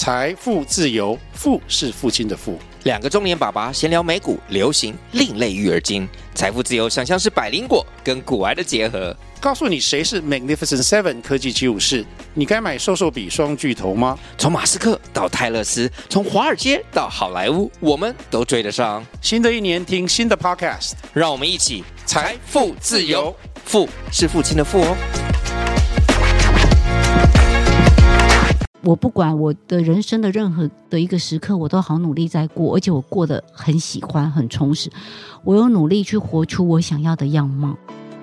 财富自由，富是父亲的富。 两个中年爸爸闲聊美股、流行、另类育儿经。财富自由想象是百灵果跟股癌的结合。 告诉你谁是 Magnificent Seven 科技75士，你该买瘦瘦比双巨头吗？ 从马斯克到泰勒斯，从华尔街到好莱坞，我们都追得上。 新的一年听新的 Podcast， 让我们一起财富自由， 富是父亲的富哦。 我不管我的人生的任何的一个时刻，我都好努力在过，而且我过得很喜欢很充实，我有努力去活出我想要的样貌。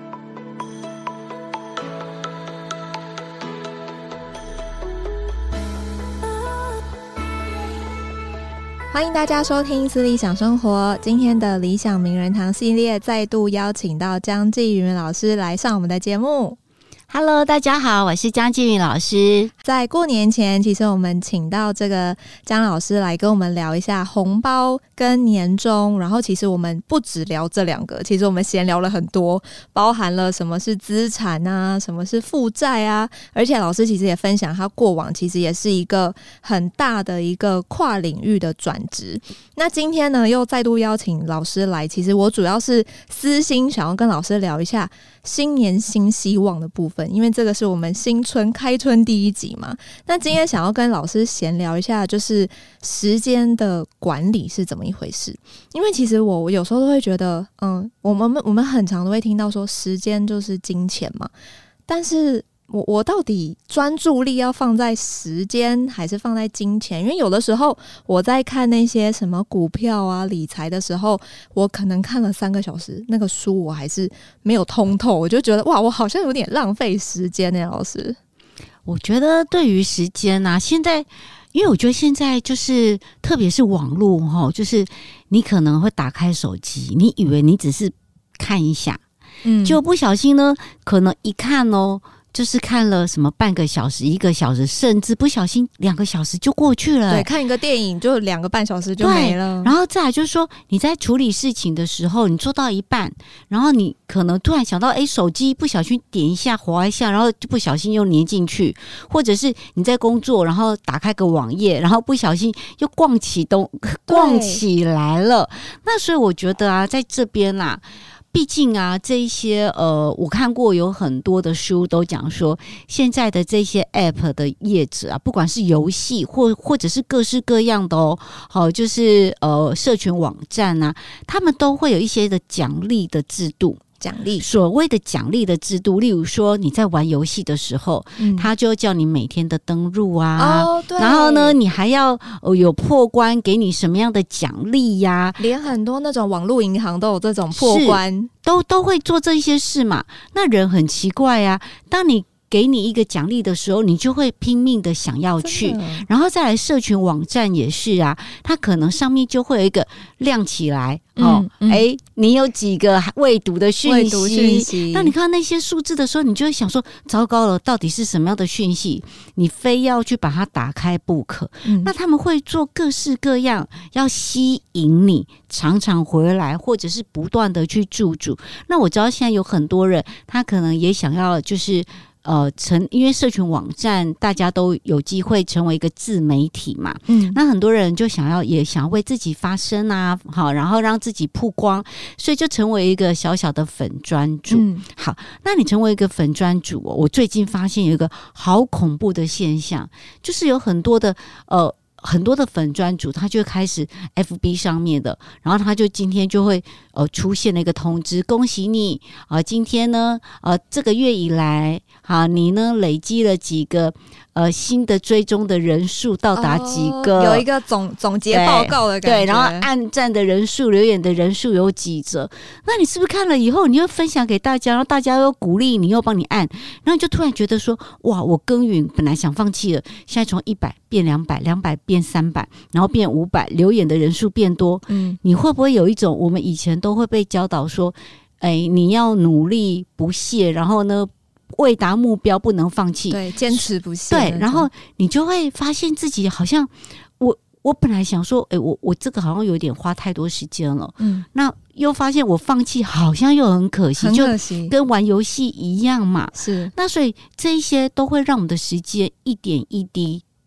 欢迎大家收听私理想生活，今天的理想名人堂系列再度邀请到江继云老师来上我们的节目。 Hello， 大家好，我是江继云老师。 在过年前，其实我们请到这个江老师来跟我们聊一下红包跟年终，然后其实我们不只聊这两个，其实我们闲聊了很多，包含了什么是资产啊，什么是负债啊，而且老师其实也分享他过往其实也是一个很大的一个跨领域的转职。那今天呢，又再度邀请老师来，其实我主要是私心想要跟老师聊一下新年新希望的部分，因为这个是我们新春开春第一集嘛。那今天想要跟老师闲聊一下，就是时间的管理是怎么一回事。因为其实我有时候都会觉得，我们很常都会听到说时间就是金钱嘛，但是我到底专注力要放在时间还是放在金钱？因为有的时候我在看那些什么股票啊、理财的时候，我可能看了3个小时，那个书我还是没有通透，我就觉得哇，我好像有点浪费时间呢。老师， 我觉得对于时间啊，现在因为我觉得现在就是特别是网络就是你可能会打开手机，你以为你只是看一下，就不小心呢，可能一看就是看了什么半个小时、1个小时，甚至不小心2个小时就过去了。 对，看一个电影就2个半小时就没了。 然后再来就是说，你在处理事情的时候，你做到一半，然后你可能突然想到，手机不小心点一下、滑一下，然后就不小心又粘进去，或者是你在工作，然后打开个网页，然后不小心又逛起来了。那所以我觉得啊，在这边啦。毕竟啊，这一些我看过有很多的书都讲说，现在的这些 App 的业者啊，不管是游戏或者是各式各样的就是社群网站啊，他们都会有一些的奖励的制度。所谓的奖励的制度，例如说你在玩游戏的时候，他就叫你每天的登入啊，然后呢，你还要有破关，给你什么样的奖励呀？ 连很多那种网络银行都有这种破关， 都会做这些事嘛。那人很奇怪啊，当你给你一个奖励的时候，你就会拼命的想要去，然后再来社群网站也是啊，它可能上面就会有一个亮起来你有几个未读的讯息，当你看到那些数字的时候，你就会想说，糟糕了，到底是什么样的讯息？你非要去把它打开不可。那他们会做各式各样，要吸引你常常回来，或者是不断的去驻足。那我知道现在有很多人，他可能也想要就是因为社群网站大家都有机会成为一个自媒体嘛，那很多人就也想要为自己发声啊，好，然后让自己曝光，所以就成为一个小小的粉专主。好，那你成为一个粉专主我最近发现有一个好恐怖的现象，就是有很多的粉专主，他就开始 FB 上面的，然后他就今天就会出现了一个通知，恭喜你今天呢这个月以来你呢累积了几个新的追踪的人数到达几个， 有一个总结报告的感觉。 对，然后按赞的人数、留言的人数有几折，那你是不是看了以后，你又分享给大家，然后大家又鼓励你，又帮你按，然后你就突然觉得说，哇，我耕耘本来想放弃了，现在从100变200，200变300，然后变500，留言的人数变多，你会不会有一种我们以前都会被教导说，你要努力不懈，然后呢为达目标不能放弃， 对，坚持不懈。 对，然后你就会发现自己好像我本来想说，我这个好像有点花太多时间了，那又发现我放弃好像又很可惜，就跟玩游戏一样嘛。 是， 那所以这一些都会让我们的时间一点一滴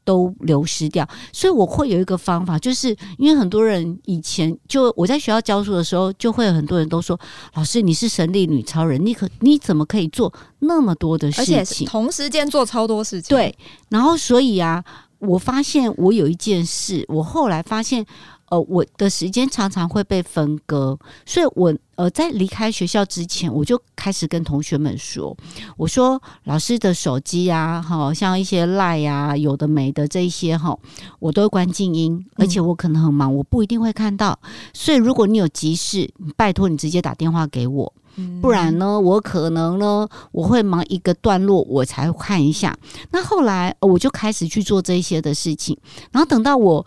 都流失掉。所以我会有一个方法，就是因为很多人以前就我在学校教书的时候，就会有很多人都说，老师你是神力女超人，你怎么可以做那么多的事情， 而且同时间做超多事情。 对，然后所以啊，我发现我有一件事，我后来发现我的时间常常会被分割，所以我在离开学校之前，我就开始跟同学们说，我说老师的手机啊，像一些 LINE 啊，有的没的这一些我都会关静音，而且我可能很忙，我不一定会看到，所以如果你有急事，拜托你直接打电话给我。不然呢，我可能呢，我会忙一个段落，我才看一下。那后来我就开始去做这些的事情，然后等到我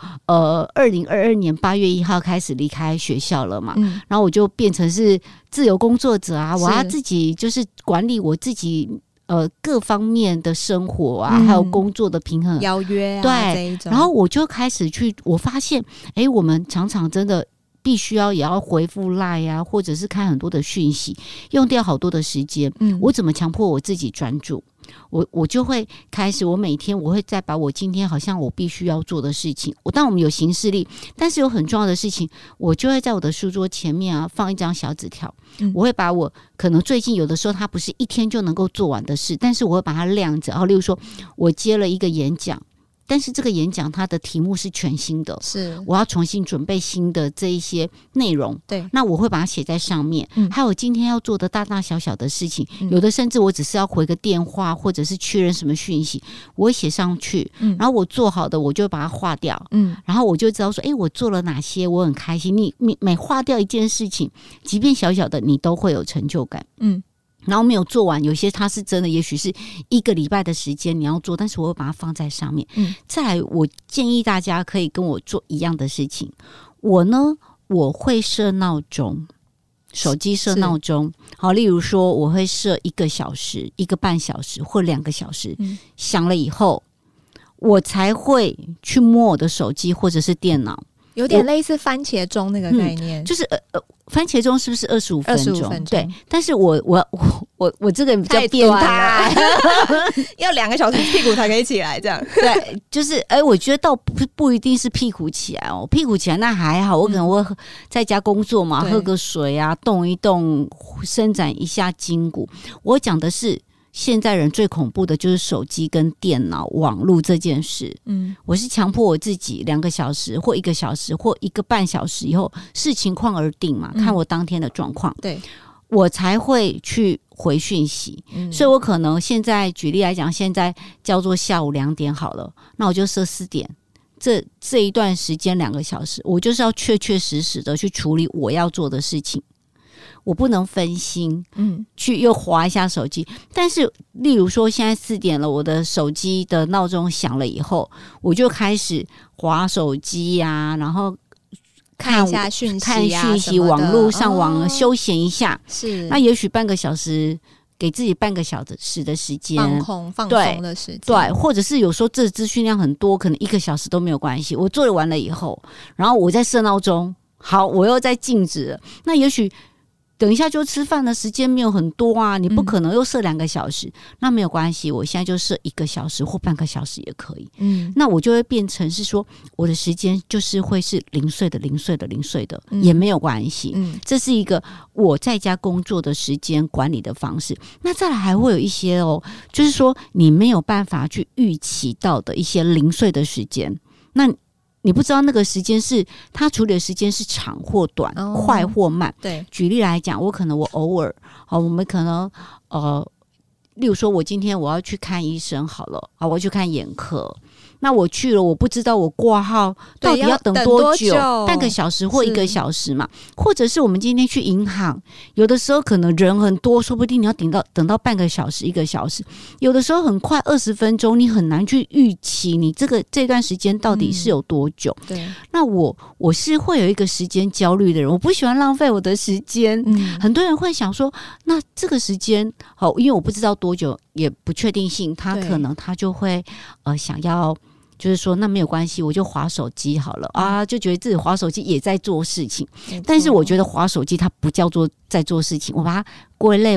2022年8月1号开始离开学校了嘛，然后我就变成是自由工作者啊，我要自己就是管理我自己各方面的生活啊，还有工作的平衡邀约啊， 对这一种， 然后我就开始我发现，我们常常真的必须也要回复 LINE 啊，或者是看很多的讯息，用掉好多的时间。我怎么强迫我自己专注？我就会开始，我每天我会再把我今天好像我必须要做的事情，当然我们有行事历，但是有很重要的事情，我就会在我的书桌前面啊放一张小纸条，我会把我可能最近有的时候它不是一天就能够做完的事，但是我会把它晾着。然后例如说我接了一个演讲，但是这个演讲它的题目是全新的， 是我要重新准备新的这一些内容， 对， 那我会把它写在上面。还有今天要做的大大小小的事情，有的甚至我只是要回个电话或者是确认什么讯息，我会写上去，然后我做好的我就把它划掉，然后我就知道说我做了哪些，我很开心。你每划掉一件事情，即便小小的，你都会有成就感。然后没有做完，有些它是真的，也许是1个礼拜的时间你要做，但是我会把它放在上面。再来，我建议大家可以跟我做一样的事情。我会设闹钟，手机设闹钟。好，例如说我会设1个小时、1个半小时或2个小时，响了以后，我才会去摸我的手机或者是电脑。 有点类似番茄钟那个概念， 就是番茄钟是不是25分钟？25分钟，对。但是我这个人比较变态， 要2个小时屁股才可以起来，这样。 对，就是我觉得倒不一定是屁股起来哦，屁股起来那还好，我可能会在家工作嘛，喝个水啊，动一动，伸展一下筋骨。我讲的是，现在人最恐怖的就是手机跟电脑网络这件事。我是强迫我自己2个小时或1个小时或1个半小时以后，视情况而定嘛，看我当天的状况，对，我才会去回讯息。所以我可能现在举例来讲，现在叫做下午2点好了，那我就设4点。这一段时间2个小时，我就是要确确实实的去处理我要做的事情。我不能分心，去又滑一下手机。但是，例如说现在4点了，我的手机的闹钟响了以后，我就开始滑手机啊，然后看一下讯息、 看讯息，网络上网休闲一下。是，那也许半个小时，给自己半个小时的时间， 放松的时间， 对，或者是有时候这资讯量很多，可能1个小时都没有关系。我做完了以后，然后我再设闹钟，好，我又在静止了。那也许等一下就吃饭的时间没有很多啊，你不可能又设2个小时，那没有关系，我现在就设1个小时或半个小时也可以。那我就会变成是说，我的时间就是会是零碎的，也没有关系。这是一个我在家工作的时间管理的方式。那再来还会有一些就是说你没有办法去预期到的一些零碎的时间，那你不知道那个时间是他处理的时间是长或短，快或慢。对，举例来讲，我偶尔，我们可能例如说我今天我要去看医生好了，我要去看眼科。那我去了，我不知道我挂号到底要等多久，半个小时或1个小时嘛？或者是我们今天去银行，有的时候可能人很多，说不定你要等到半个小时、1个小时，有的时候很快20分钟，你很难去预期你这段时间到底是有多久。对，那我是会有一个时间焦虑的人，我不喜欢浪费我的时间。很多人会想说，那这个时间好，因为我不知道多久，也不确定性，他可能他就会想要。就是说那没有关系，我就滑手机好了啊，就觉得自己滑手机也在做事情。但是我觉得滑手机它不叫做在做事情，我把它归类为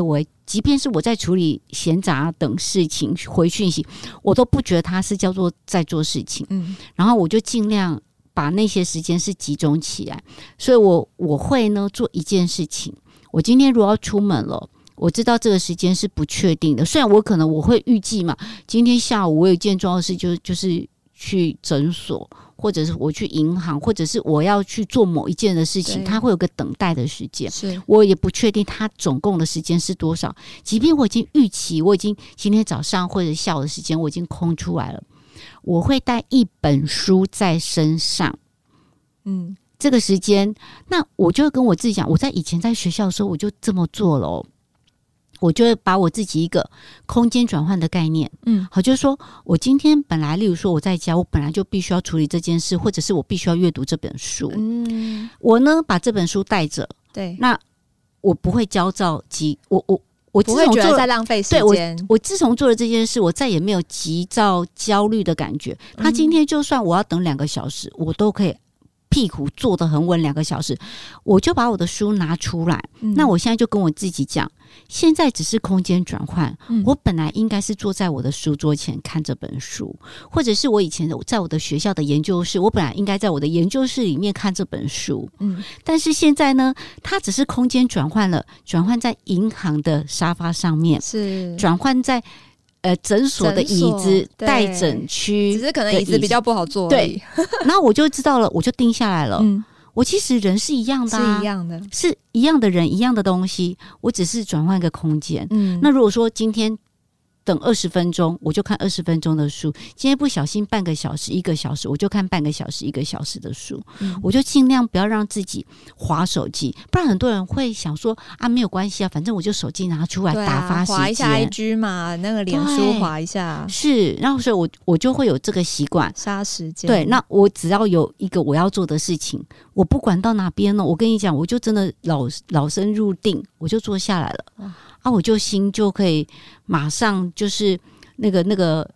即便是我在处理闲杂等事情回讯息，我都不觉得它是叫做在做事情。然后我就尽量把那些时间是集中起来，所以我会呢做一件事情。我今天如果要出门了，我知道这个时间是不确定的，虽然我可能我会预计嘛，今天下午我有一件重要的事，就是去诊所，或者是我去银行，或者是我要去做某一件的事情，它会有个等待的时间，我也不确定它总共的时间是多少。即便我已经预期，我已经今天早上或者下午的时间我已经空出来了，我会带一本书在身上。这个时间，那我就跟我自己讲，我在以前在学校的时候我就这么做了哦。我就会把我自己一个空间转换的概念，好，就是说我今天本来，例如说我在家，我本来就必须要处理这件事，或者是我必须要阅读这本书，我呢把这本书带着，对，那我不会焦躁我不会觉得在浪费时间。 对，我自从做了这件事，我再也没有急躁焦虑的感觉。他今天就算我要等2个小时，我都可以屁股坐得很稳2个小时，我就把我的书拿出来。那我现在就跟我自己讲，现在只是空间转换，我本来应该是坐在我的书桌前看这本书，或者是我以前在我的学校的研究室，我本来应该在我的研究室里面看这本书，但是现在呢，它只是空间转换了，转换在银行的沙发上面，是转换在诊所的椅子待诊区， 只是可能椅子比较不好坐而已。 对，然后我就知道了，我就定下来了。我其实人是一样的， 是一样的， 是一样的人，一样的东西，我只是转换一个空间。那如果说今天等20分钟，我就看20分钟的书；今天不小心半个小时、1个小时，我就看半个小时、1个小时的书。我就尽量不要让自己滑手机，不然很多人会想说啊，没有关系啊，反正我就手机拿出来打发时间， 滑一下 IG 嘛，那个脸书滑一下， 是。然后所以我就会有这个习惯， 杀时间。 对，那我只要有一个我要做的事情，我不管到哪边呢，我跟你讲，我就真的老生入定，我就坐下来了。我就心就可以马上就是那个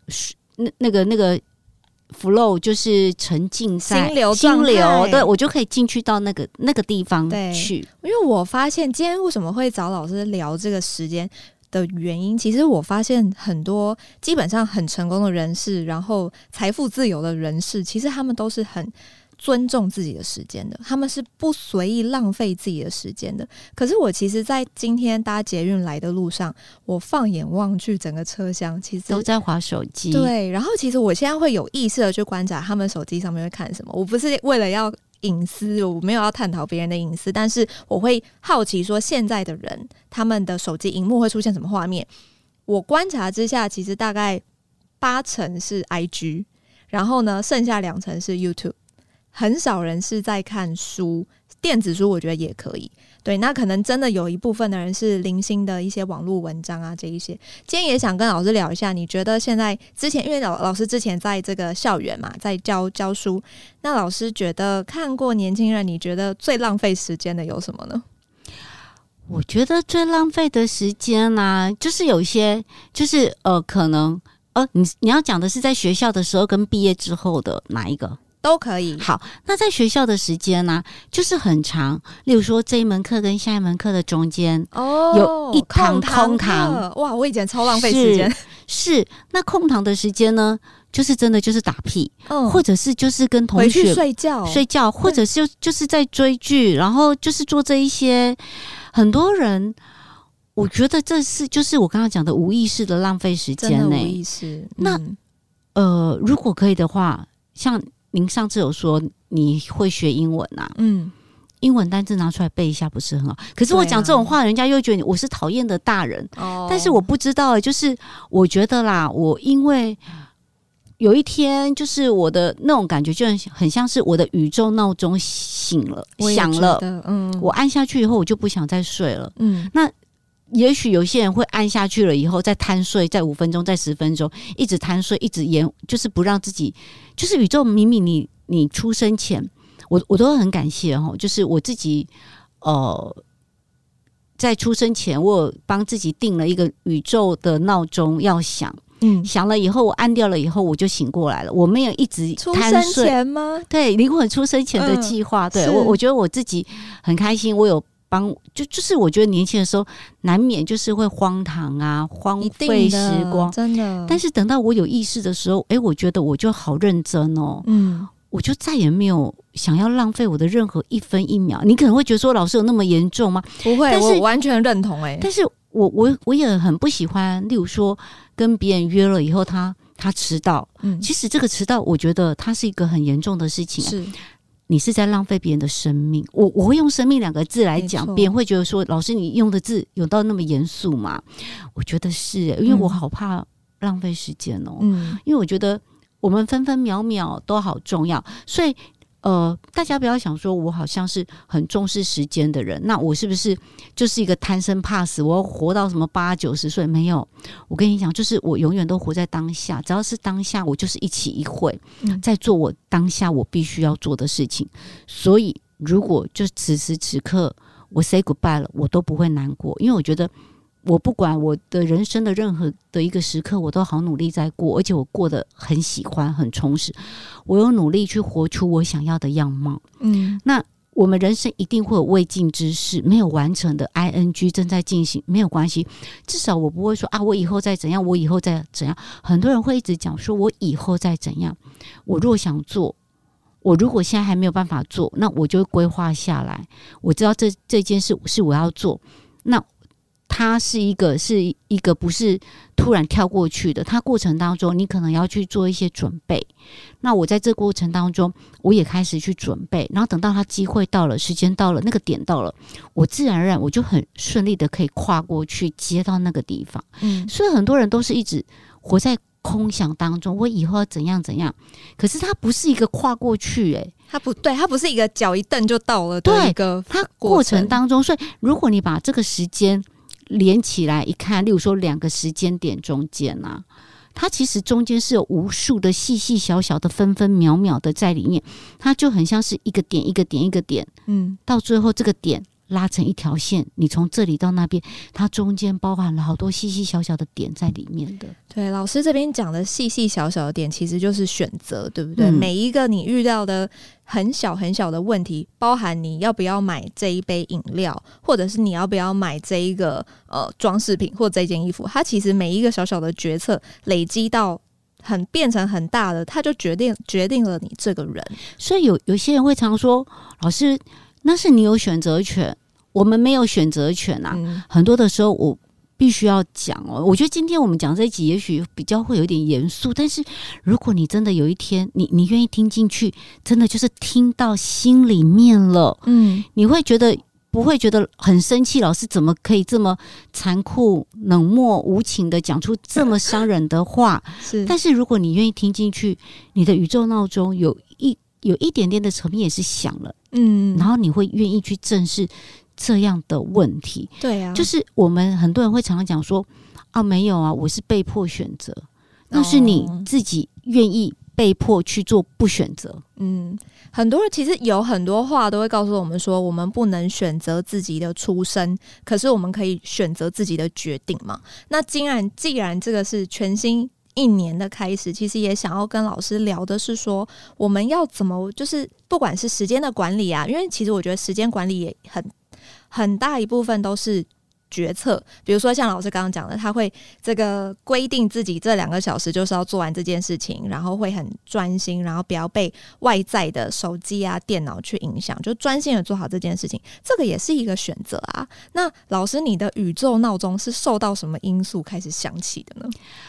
flow， 就是沉浸在心流，对，我就可以进去到那个地方去。 因为我发现今天为什么会找老师聊这个时间的原因，其实我发现很多基本上很成功的人士，然后财富自由的人士，其实他们都是很尊重自己的时间的，他们是不随意浪费自己的时间的。可是我其实在今天搭捷运来的路上，我放眼望去，整个车厢其实都在滑手机。 对，然后其实我现在会有意识的去观察他们手机上面会看什么。我不是为了要隐私，我没有要探讨别人的隐私，但是我会好奇说现在的人他们的手机荧幕会出现什么画面。我观察之下，其实大概80%是 IG， 然后呢剩下2成是 YouTube，很少人是在看书，电子书我觉得也可以。对，那可能真的有一部分的人是零星的一些网络文章啊，这一些。今天也想跟老师聊一下，你觉得现在之前，因为老师之前在这个校园嘛，在教书，那老师觉得看过年轻人，你觉得最浪费时间的有什么呢？ 我觉得最浪费的时间啊，就是有一些，就是可能你要讲的是在学校的时候跟毕业之后的哪一个？ 都可以。 好，那在学校的时间呢，就是很长。例如说这一门课跟下一门课的中间，有一堂空堂。 哇，我以前超浪费时间。 是，那空堂的时间呢，就是真的就是打屁，或者是就是跟同学回去睡觉， 或者是就是在追剧，然后就是做这一些。很多人，我觉得这是就是我刚刚讲的无意识的浪费时间真的无意识。 那如果可以的话，像您上次有说你会学英文啊，英文单字拿出来背一下不是很好？可是我讲这种话，人家又觉得我是讨厌的大人。但是我不知道，就是我觉得啦，我因为有一天，就是我的那种感觉，就很像是我的宇宙闹钟响了，我按下去以后，我就不想再睡了。那也许有些人会按下去了以后再贪睡，再5分钟，再10分钟，一直贪睡，一直延，就是不让自己，就是宇宙明明你出生前，我都很感谢哈，就是我自己在出生前，我有帮自己定了一个宇宙的闹钟要响。响了以后，我按掉了以后，我就醒过来了。我没有一直贪睡。出生前吗？ 对，灵魂出生前的计划。对，我觉得我自己很开心，我有帮，就是我觉得年轻的时候难免就是会荒唐啊，荒废时光， 真的。 但是等到我有意识的时候，我觉得我就好认真哦，我就再也没有想要浪费我的任何一分一秒。你可能会觉得说，老师有那么严重吗？ 不会，我完全认同但是我也很不喜欢，例如说跟别人约了以后，他迟到，其实这个迟到，我觉得它是一个很严重的事情，是你是在浪费别人的生命。我会用生命2个字来讲，别人会觉得说，老师你用的字有到那么严肃吗？我觉得是，因为我好怕浪费时间哦，因为我觉得我们分分秒秒都好重要，所以大家不要想说我好像是很重视时间的人，那我是不是就是一个贪生怕死，我要活到什么80、90岁？没有，我跟你讲，就是我永远都活在当下，只要是当下，我就是一期一会，在做我当下我必须要做的事情。所以如果就此时此刻我 say goodbye 了，我都不会难过，因为我觉得我不管我的人生的任何的一个时刻，我都好努力在过，而且我过得很喜欢很充实，我有努力去活出我想要的样貌。那我们人生一定会有未尽之事，没有完成的 ing 正在进行，没有关系，至少我不会说我以后再怎样，我以后再怎样。很多人会一直讲说我以后再怎样，我若想做，我如果现在还没有办法做，那我就会规划下来，我知道这件事是我要做，那它是一个不是突然跳过去的，它过程当中你可能要去做一些准备。那我在这过程当中，我也开始去准备，然后等到它机会到了，时间到了，那个点到了，我自然而然我就很顺利的可以跨过去接到那个地方。所以很多人都是一直活在空想当中，我以后要怎样怎样，可是它不是一个跨过去， 它不是一个脚一蹬就到了的一个它过程当中。所以如果你把这个时间连起来一看，例如说2个时间点中间啊，它其实中间是有无数的细细小小的分分秒秒的在里面，它就很像是一个点一个点一个点，到最后这个点拉成一条线，你从这里到那边，它中间包含了好多细细小小的点在里面的。 对，老师这边讲的细细小小的点其实就是选择，对不对？每一个你遇到的很小很小的问题，包含你要不要买这一杯饮料，或者是你要不要买这一个装饰品或这件衣服，它其实每一个小小的决策累积到变成很大的，它就决定了你这个人。 所以有些人会常说，老师那是你有选择权，我们没有选择权啊。很多的时候我必须要讲我觉得今天我们讲这一集也许比较会有点严肃，但是如果你真的有一天你愿意听进去，真的就是听到心里面了，你会觉得不会觉得很生气，老师怎么可以这么残酷冷漠无情的讲出这么伤人的话但是如果你愿意听进去，你的宇宙闹钟有一点点的层面也是响了，然后你会愿意去正视这样的问题。 对啊， 就是我们很多人会常常讲说没有啊，我是被迫选择，那是你自己愿意被迫去做不选择。 很多人其实有很多话都会告诉我们说，我们不能选择自己的出身，可是我们可以选择自己的决定嘛。那既然这个是全新1年的开始，其实也想要跟老师聊的是说，我们要怎么就是不管是时间的管理啊，因为其实我觉得时间管理也很大一部分都是决策。比如说像老师刚刚讲的，他会这个规定自己这2个小时就是要做完这件事情，然后会很专心，然后不要被外在的手机啊电脑去影响，就专心的做好这件事情，这个也是一个选择啊。那老师你的宇宙闹钟是受到什么因素开始响起的呢？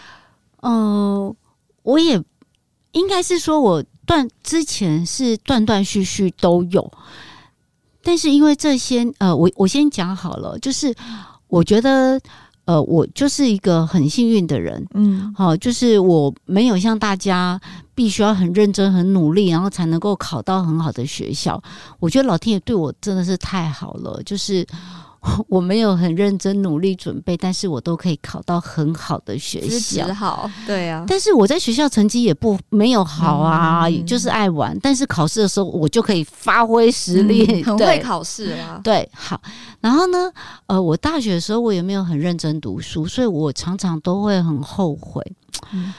我也应该是说我之前是断断续续都有，但是因为这些我先讲好了，就是我觉得我就是一个很幸运的人，就是我没有像大家必须要很认真很努力，然后才能够考到很好的学校。我觉得老天爷对我真的是太好了，就是我没有很认真努力准备，但是我都可以考到很好的学校， 资质好，对啊。 但是我在学校成绩也没有好啊，就是爱玩。但是考试的时候，我就可以发挥实力， 很会考试啦。 对，好。然后呢，我大学的时候我也没有很认真读书，所以我常常都会很后悔。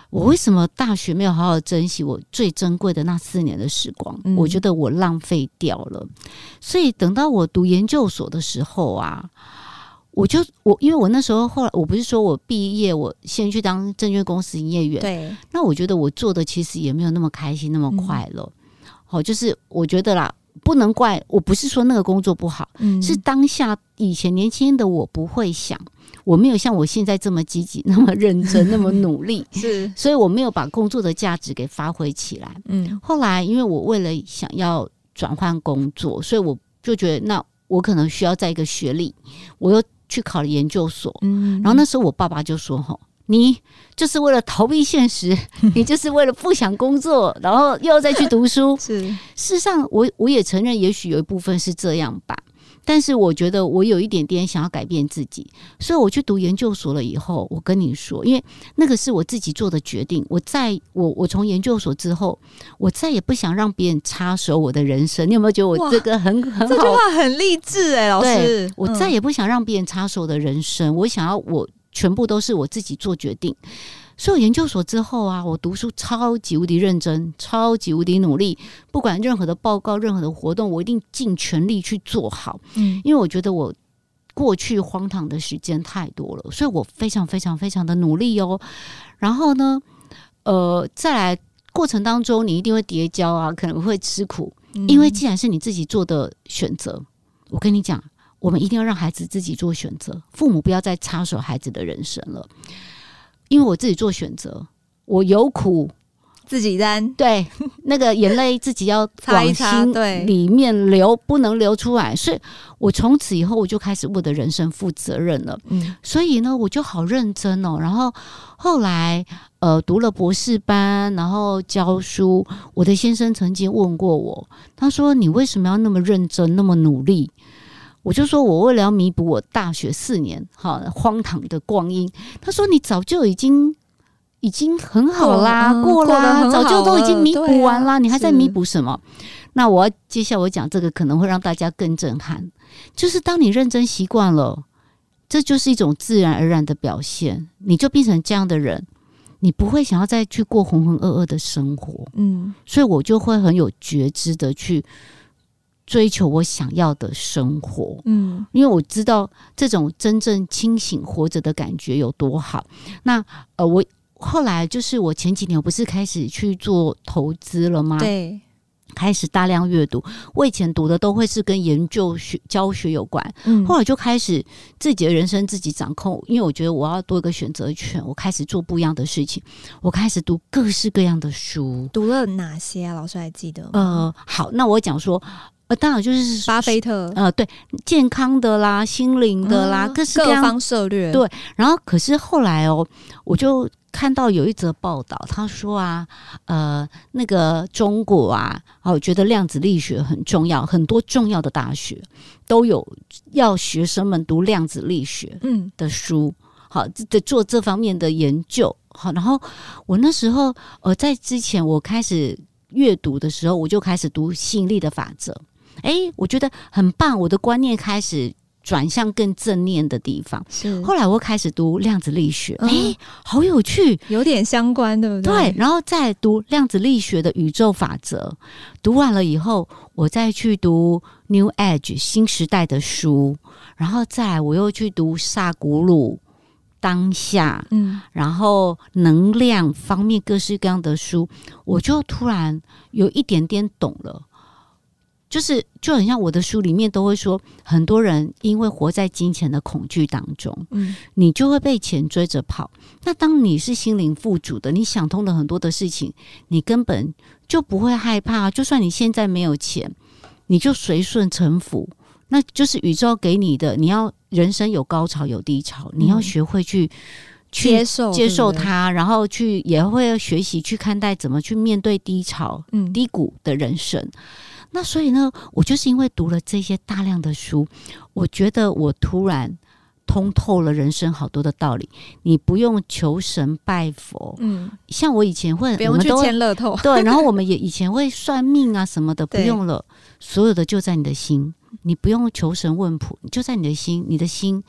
我为什么大学没有好好珍惜我最珍贵的那4年的时光？我觉得我浪费掉了。所以等到我读研究所的时候啊，因为我那时候后来我不是说我毕业我先去当证券公司营业员， 对， 那我觉得我做的其实也没有那么开心那么快乐。好，就是我觉得啦，不能怪我，不是说那个工作不好，是当下以前年轻的我不会想，我没有像我现在这么积极、那么认真、那么努力， 是， 所以我没有把工作的价值给发挥起来。后来因为我为了想要转换工作，所以我就觉得那我可能需要在一个学历，我又去考了研究所。然后那时候我爸爸就说：“吼，你就是为了逃避现实，你就是为了不想工作，然后又要再去读书。”是，事实上我也承认，也许有一部分是这样吧。但是我觉得我有一点点想要改变自己，所以我去读研究所了以后，我跟你说，因为那个是我自己做的决定。我从研究所之后，我再也不想让别人插手我的人生。你有没有觉得我这个很好？ 这句话很励志老师。 我再也不想让别人插手我的人生，我想要我全部都是我自己做决定。所以我研究所之后啊，我读书超级无敌认真，超级无敌努力，不管任何的报告、任何的活动，我一定尽全力去做好。因为我觉得我过去荒唐的时间太多了，所以我非常非常非常的努力哦。然后呢，再来过程当中，你一定会跌跤啊，可能会吃苦，因为既然是你自己做的选择，我跟你讲，我们一定要让孩子自己做选择，父母不要再插手孩子的人生了。因为我自己做选择，我有苦自己担， 对，那个眼泪自己要往心里面流，不能流出来。所以我从此以后我就开始为我的人生负责任了。所以呢，我就好认真哦。然后后来读了博士班，然后教书。我的先生曾经问过我，他说：“你为什么要那么认真，那么努力？”我就说我为了要弥补我大学4年荒唐的光阴。他说你早就已经很好啦，过啦，早就都已经弥补完啦，你还在弥补什么？那接下来我讲这个可能会让大家更震撼，就是当你认真习惯了，这就是一种自然而然的表现，你就变成这样的人，你不会想要再去过浑浑噩噩的生活。所以我就会很有觉知的去追求我想要的生活。因为我知道这种真正清醒活着的感觉有多好。那我后来就是我前几年我不是开始去做投资了吗？ 对， 开始大量阅读。我以前读的都会是跟研究教学有关，后来就开始自己的人生自己掌控，因为我觉得我要多一个选择权，我开始做不一样的事情，我开始读各式各样的书。 读了哪些啊？老师还记得吗？ 好，那我讲说当然就是巴菲特， 对，健康的啦，心灵的啦，各式各样各方策略。 对，然后可是后来我就看到有一则报道，他说那个中国我觉得量子力学很重要，很多重要的大学都有要学生们读量子力学的书，做这方面的研究。好，然后我那时候在之前我开始阅读的时候，我就开始读吸引力的法则。我觉得很棒，我的观念开始转向更正念的地方。后来我开始读量子力学，好有趣， 有点相关，对不对？ 对，然后再读量子力学的宇宙法则。读完了以后，我再去读 New Age 新时代的书，然后再来我又去读萨古鲁当下，然后能量方面各式各样的书，我就突然有一点点懂了。就很像我的书里面都会说，很多人因为活在金钱的恐惧当中，你就会被钱追着跑。那当你是心灵富足的，你想通了很多的事情，你根本就不会害怕。就算你现在没有钱，你就随顺臣服，那就是宇宙给你的。你要人生有高潮有低潮，你要学会去接受它，然后也会学习去看待怎么去面对低潮、低谷的人生。那所以呢，我就是因为读了这些大量的书，我觉得我突然通透了人生好多的道理。你不用求神拜佛，像我以前会， 不用去签乐透， 对，然后我们也以前会算命啊什么的，不用了，所有的就在你的心，你不用求神问卜，就在你的心，你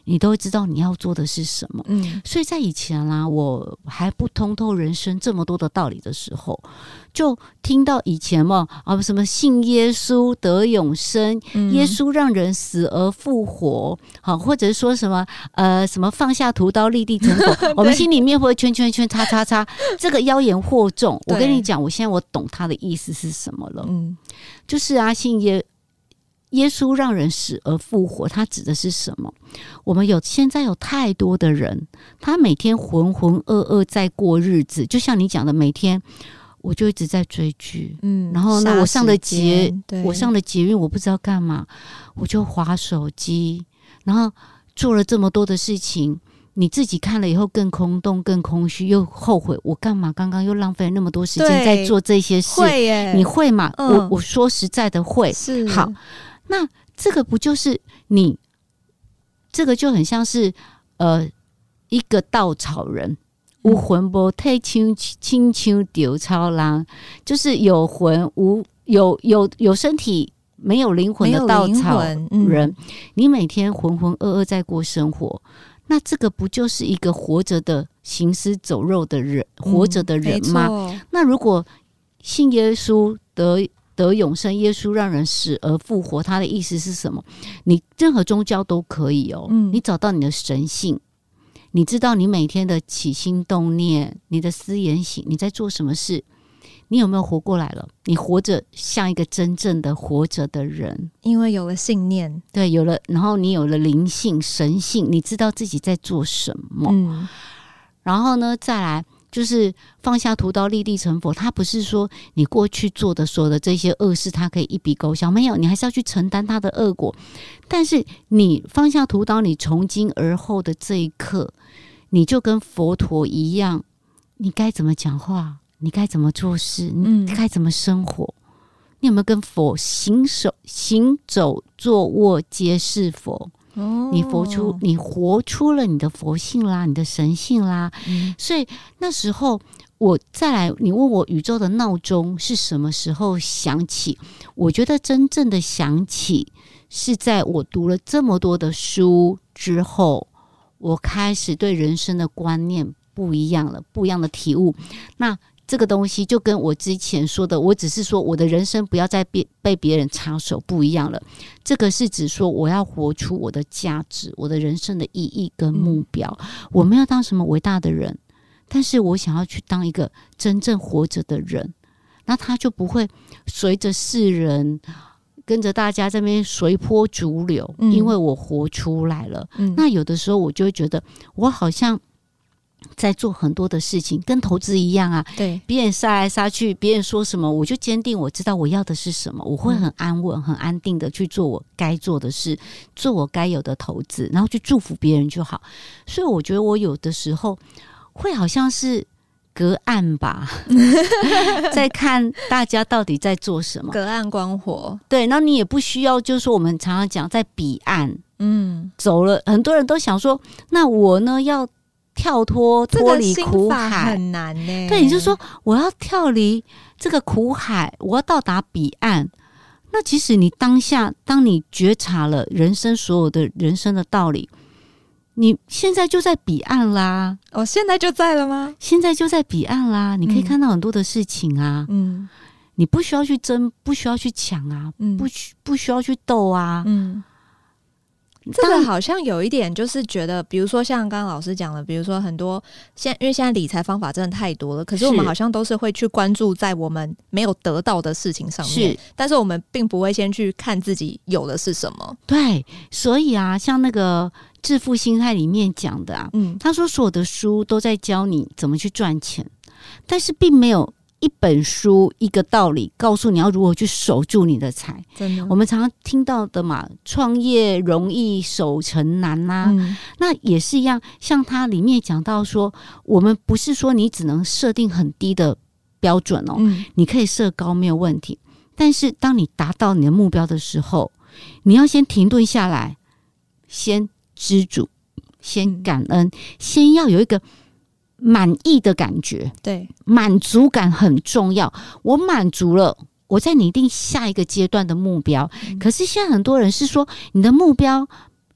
你都会知道你要做的是什么。所以在以前啦，我还不通透人生这么多的道理的时候，就听到以前嘛什么信耶稣得永生，耶稣让人死而复活，好，或者说什么什么放下屠刀立地成佛，我们心里面会圈圈圈叉叉叉，这个妖言惑众。我跟你讲，现在我懂他的意思是什么了，就是啊，信耶稣让人死而复活，他指的是什么？我们现在有太多的人，他每天浑浑噩噩在过日子，就像你讲的，每天我就一直在追剧，然后呢，我上的捷运我不知道干嘛，我就滑手机，然后做了这么多的事情，你自己看了以后更空洞、更空虚，又后悔我干嘛刚刚又浪费了那么多时间在做这些事？ 会耶， 你会吗？我说实在的会。是好。那这个不就是你？这个就很像是一个稻草人，无魂不太轻轻丢操郎，就是有魂有身体没有灵魂的稻草人。你每天浑浑噩噩在过生活，那这个不就是一个活着的行尸走肉的人，活着的人吗？那如果信耶稣得永生，耶稣让人死而复活，他的意思是什么？你任何宗教都可以你找到你的神性，你知道你每天的起心动念，你的思言行，你在做什么事，你有没有活过来了？你活着像一个真正的活着的人， 因为有了信念， 对，有了，然后你有了灵性、神性，你知道自己在做什么。然后呢，再来就是放下屠刀立地成佛，他不是说你过去做的所有的这些恶事他可以一笔勾销，没有，你还是要去承担他的恶果。但是你放下屠刀，你从今而后的这一刻，你就跟佛陀一样，你该怎么讲话，你该怎么做事，你该怎么生活，你有没有跟佛行走坐卧皆是佛？你活出了你的佛性啦，你的神性啦。所以那时候我再来，你问我宇宙的闹钟是什么时候响起？我觉得真正的响起是在我读了这么多的书之后，我开始对人生的观念不一样了，不一样的体悟。那这个东西就跟我之前说的，我只是说我的人生不要再被别人插手，不一样了。这个是指说我要活出我的价值，我的人生的意义跟目标。我没有当什么伟大的人，但是我想要去当一个真正活着的人，那他就不会随着世人跟着大家这边随波逐流，因为我活出来了。那有的时候我就会觉得我好像在做很多的事情，跟投资一样啊。对，别人杀来杀去，别人说什么，我就坚定我知道我要的是什么，我会很安稳、很安定的去做我该做的事，做我该有的投资，然后去祝福别人就好。所以我觉得我有的时候会好像是隔岸吧，在看大家到底在做什么， 隔岸观火。 对，那你也不需要，就是说我们常常讲在彼岸，走了，很多人都想说，那我呢要脱离苦海， 很难呢。 对，你就说我要跳离这个苦海，我要到达彼岸。那其实你当下，当你觉察了人生所有的人生的道理，你现在就在彼岸啦。 现在就在了吗？ 现在就在彼岸啦，你可以看到很多的事情啊。你不需要去争，不需要去抢啊，不需要去斗啊。 这个好像有一点就是觉得，比如说像刚刚老师讲的，比如说很多因为现在理财方法真的太多了，可是我们好像都是会去关注在我们没有得到的事情上面，但是我们并不会先去看自己有的是什么。对，所以啊，像那个致富心态里面讲的啊，他说所有的书都在教你怎么去赚钱，但是并没有一本书一个道理告诉你要如何去守住你的财。真的，我们常常听到的嘛，创业容易守成难啊。那也是一样，像它里面讲到说，我们不是说你只能设定很低的标准你可以设高没有问题，但是当你达到你的目标的时候，你要先停顿下来，先知足，先感恩，先要有一个满意的感觉。对，满足感很重要。我满足了，我再拟定下一个阶段的目标。可是现在很多人是说，你的目标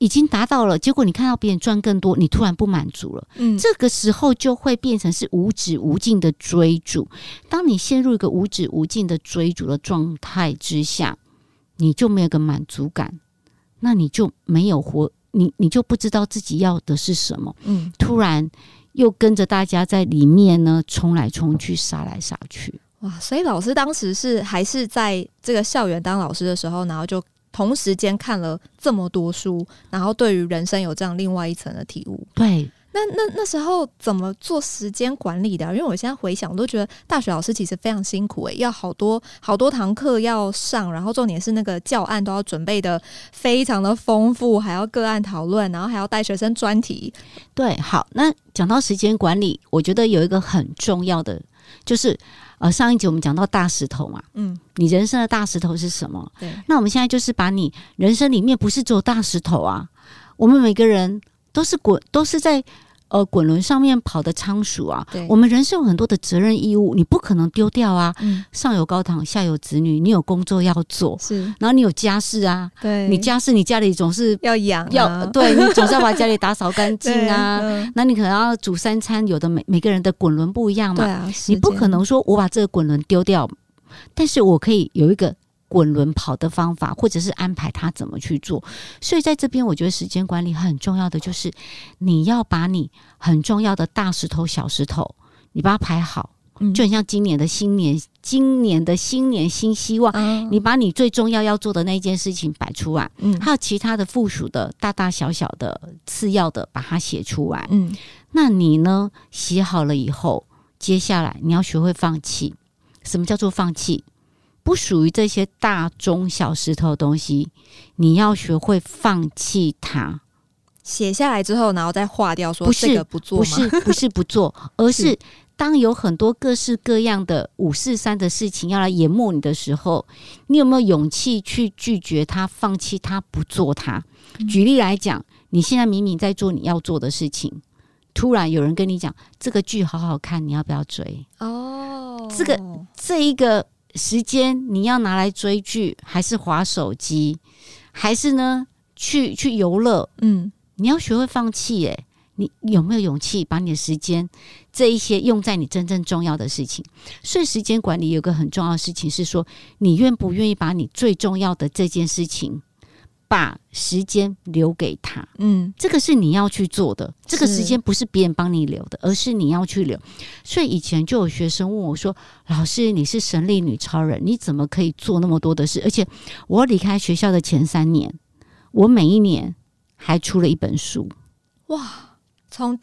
已经达到了，结果你看到别人赚更多，你突然不满足了，这个时候就会变成是无止无尽的追逐。当你陷入一个无止无尽的追逐的状态之下，你就没有个满足感，那你就没有活，你就不知道自己要的是什么，突然又跟着大家在里面呢冲来冲去，杀来杀去。 哇！所以老师当时还是在这个校园当老师的时候，然后就同时间看了这么多书，然后对于人生有这样另外一层的体悟。 对， 那时候怎么做时间管理的因为我现在回想，我都觉得大学老师其实非常辛苦要好多堂课要上，然后重点是那个教案都要准备的非常的丰富，还要个案讨论，然后还要带学生专题。对， 好，那讲到时间管理，我觉得有一个很重要的就是上一集我们讲到大石头嘛，你人生的大石头是什么？对，那我们现在就是把你人生里面不是只有大石头啊，我们每个人都是在滚轮上面跑的仓鼠啊，我们人生有很多的责任义务，你不可能丢掉啊。上有高堂，下有子女，你有工作要做，是，然后你有家事啊，对，你家事你家里总是要养， 对，你总是要把家里打扫干净啊。那你可能要煮3餐，有的每个人的滚轮不一样嘛，对啊，你不可能说我把这个滚轮丢掉，但是我可以有一个滚轮跑的方法，或者是安排他怎么去做。所以在这边我觉得时间管理很重要的就是你要把你很重要的大石头小石头你把它排好，就很像今年的新年新希望，你把你最重要做的那件事情摆出来，还有其他的附属的大大小小的次要的把它写出来。那你呢写好了以后，接下来你要学会放弃。什么叫做放弃？不属于这些大中小石头的东西，你要学会放弃它。 写下来之后，然后再划掉说这个不做吗？ 不是不做，而是当有很多各式各样的543的事情要来淹没你的时候，你有没有勇气去拒绝它，放弃它，不做它？举例来讲，你现在明明在做你要做的事情，突然有人跟你讲这个剧好好看，你要不要追？这一个时间你要拿来追剧，还是滑手机，还是呢去游乐？你要学会放弃。你有没有勇气把你的时间这一些用在你真正重要的事情？所以时间管理有个很重要的事情是说，你愿不愿意把你最重要的这件事情把时间留给他？这个是你要去做的，这个时间不是别人帮你留的，而是你要去留。所以以前就有学生问我说，老师你是神力女超人，你怎么可以做那么多的事？而且我离开学校的前3年，我每一年还出了1本书。 哇，从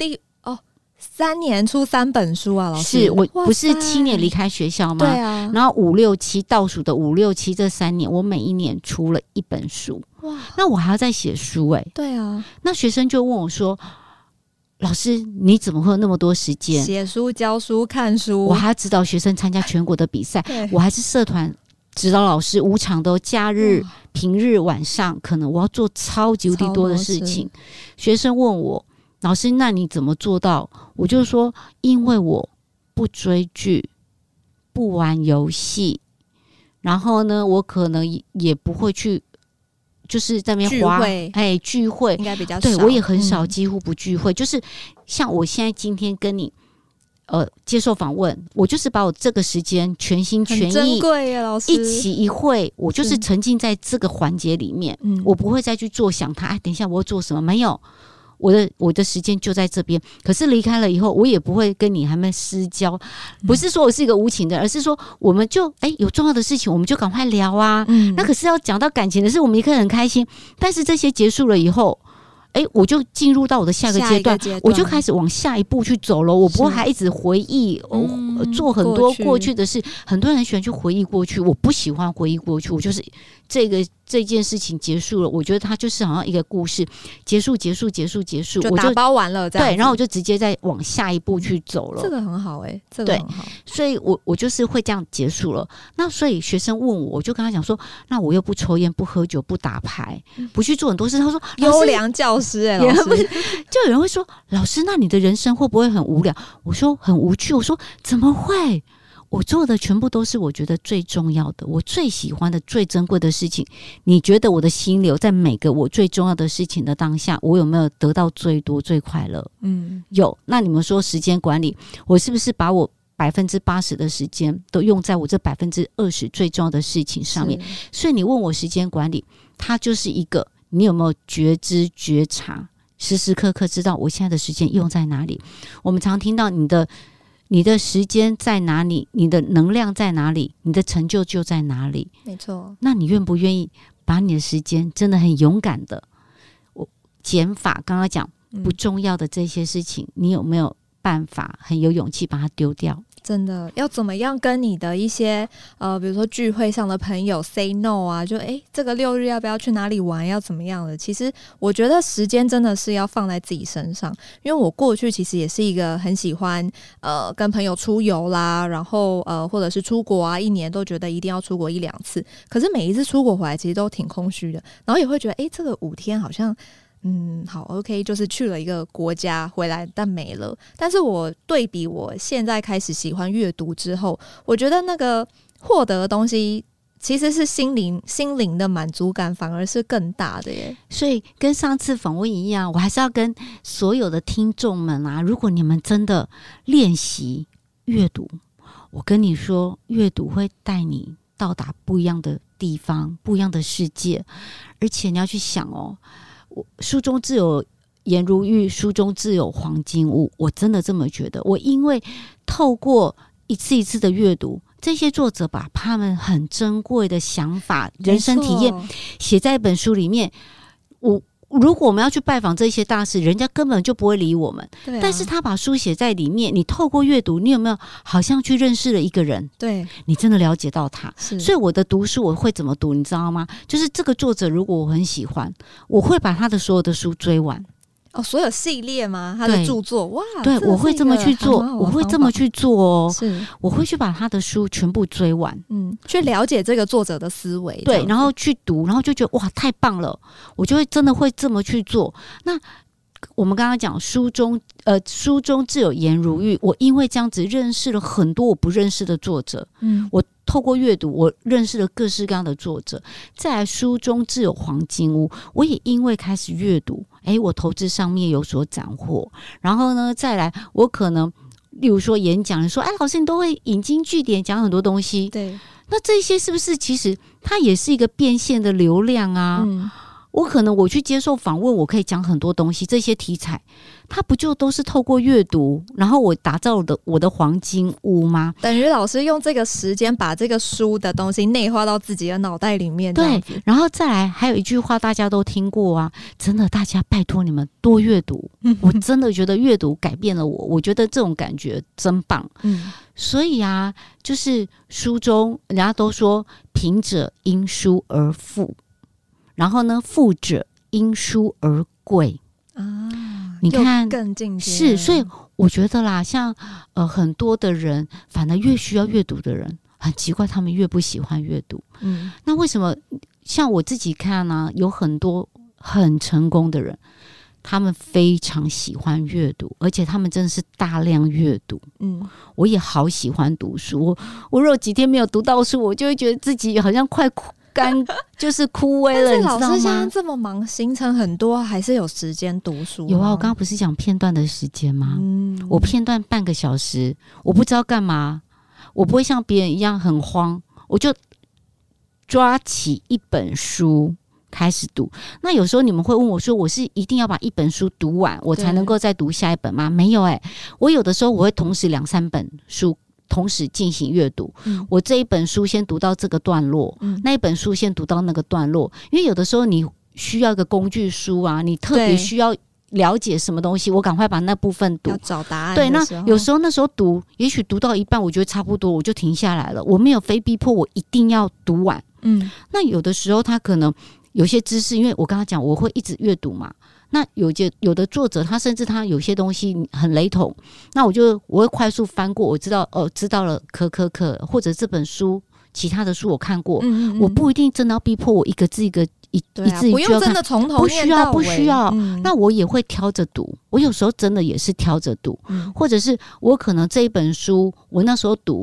3年出3本书啊，老师。 是，我不是7年离开学校吗？对啊。然后5、6、7倒数的5、6、7这3年，我每一年出了1本书。哇，那我还要再写书对啊。那学生就问我说，老师你怎么会有那么多时间写书、教书、看书？ 我还要指导学生参加全国的比赛，我还是社团指导老师，无偿的假日、平日晚上，可能我要做超级无敌多的事情。学生问我，老师那你怎么做到？我就说，因为我不追剧，不玩游戏，然后呢我可能也不会去就是在那边聚会应该比较少。 对，我也很少，几乎不聚会。就是像我现在今天跟你接受访问，我就是把我这个时间全心全意，很珍贵耶，老师一期一会，我就是沉浸在这个环节里面，我不会再去做想他，等一下我要做什么，没有。我的时间就在这边，可是离开了以后，我也不会跟你还没私交，不是说我是一个无情的，而是说我们就有重要的事情，我们就赶快聊啊。那可是要讲到感情的事，我们也可以很开心，但是这些结束了以后，我就进入到我的下个阶段，我就开始往下一步去走了。我不会还一直回忆，做很多过去的事。很多人很喜欢去回忆过去，我不喜欢回忆过去，我就是这件事情结束了，我觉得它就是好像一个故事结束， 就打包完了这样。 对，然后我就直接再往下一步去走了。 这个很好这个很好。 所以我就是会这样结束了。那所以学生问我，我就跟他讲说，那我又不抽烟、不喝酒、不打牌、不去做很多事。他说优良教师老师就有人会说，老师那你的人生会不会很无聊？我说很无趣。我说怎么会？ 我做的全部都是我觉得最重要的，我最喜欢的、最珍贵的事情。你觉得我的心流在每个我最重要的事情的当下，我有没有得到最多、最快乐？有。那你们说时间管理，我是不是把我80%的时间都用在我这20%最重要的事情上面？所以你问我时间管理，它就是一个你有没有觉知、觉察，时时刻刻知道我现在的时间用在哪里。我们常听到你的时间在哪里，你的能量在哪里，你的成就就在哪里。 没错。 那你愿不愿意把你的时间真的很勇敢的减法，刚刚讲不重要的这些事情，你有没有办法很有勇气把它丢掉？ 真的要怎么样跟你的一些比如说聚会上的朋友 say no 啊，就这个6日要不要去哪里玩，要怎么样的？其实我觉得时间真的是要放在自己身上，因为我过去其实也是一个很喜欢跟朋友出游啦，然后或者是出国啊，1年都觉得一定要出国1-2次，可是每一次出国回来其实都挺空虚的，然后也会觉得这个5天好像好 OK， 就是去了一个国家回来但没了。但是我对比我现在开始喜欢阅读之后，我觉得那个获得的东西其实是心灵的满足感反而是更大的耶。 所以跟上次访问一样，我还是要跟所有的听众们啊，如果你们真的练习阅读，我跟你说，阅读会带你到达不一样的地方，不一样的世界。而且你要去想书中自有颜如玉，书中自有黄金屋。我真的这么觉得。我因为透过一次一次的阅读，这些作者把他们很珍贵的想法、人生体验写在一本书里面。如果我们要去拜访这些大师，人家根本就不会理我们。但是他把书写在里面，你透过阅读，你有没有好像去认识了一个人？对，你真的了解到他。所以我的读书我会怎么读，你知道吗？就是这个作者如果我很喜欢，我会把他的所有的书追完。 所有系列吗？他的著作？哇， 对，我会这么去做，我会这么去做是， 我会去把他的书全部追完， 去了解这个作者的思维， 对，然后去读，然后就觉得哇，太棒了，我就会真的会这么去做。那我们刚刚讲书中自有颜如玉，我因为这样子认识了很多我不认识的作者，我透过阅读我认识了各式各样的作者。再来书中自有黄金屋，我也因为开始阅读，我投资上面有所斩获。然后呢，再来我可能例如说演讲，你说老师你都会引经据典讲很多东西，对，那这些是不是其实它也是一个变现的流量啊？我可能我去接受访问，我可以讲很多东西，这些题材它不就都是透过阅读，然后我打造我的黄金屋吗？ 等于老师用这个时间把这个书的东西内化到自己的脑袋里面。 对，然后再来还有一句话大家都听过啊，真的大家拜托你们多阅读。我真的觉得阅读改变了我觉得这种感觉真棒。所以啊，就是书中人家都说贫者因书而富，然后呢，富者因书而贵啊！你看， 更进阶是，所以我觉得啦，像很多的人，反而越需要阅读的人，很奇怪，他们越不喜欢阅读。那为什么？像我自己看啊，有很多很成功的人，他们非常喜欢阅读，而且他们真的是大量阅读。我也好喜欢读书。我如果几天没有读到书，我就会觉得自己好像快就是枯萎了，你知道吗？ 老师现在这么忙，行程很多，还是有时间读书？ 有啊，我刚刚不是讲片段的时间吗？我片段半个小时，我不知道干嘛，我不会像别人一样很慌，我就抓起一本书开始读。那有时候你们会问我说，我是一定要把一本书读完，我才能够再读下一本吗？没有我有的时候我会同时2-3本书同时进行阅读。我这一本书先读到这个段落，那一本书先读到那个段落，因为有的时候你需要一个工具书啊，你特别需要了解什么东西，我赶快把那部分读， 要找答案。 对，那有时候那时候读，也许读到一半，我觉得差不多，我就停下来了。我没有非逼迫我一定要读完。那有的时候他可能有些知识，因为我刚刚讲我会一直阅读嘛。那有的作者他甚至他有些东西很雷同，那我会快速翻过，我知道知道了可或者这本书其他的书我看过，我不一定真的要逼迫我一个字一字一句要看， 不用真的从头念到尾， 不需要。那我也会挑着读，我有时候真的也是挑着读，或者是我可能这一本书我那时候读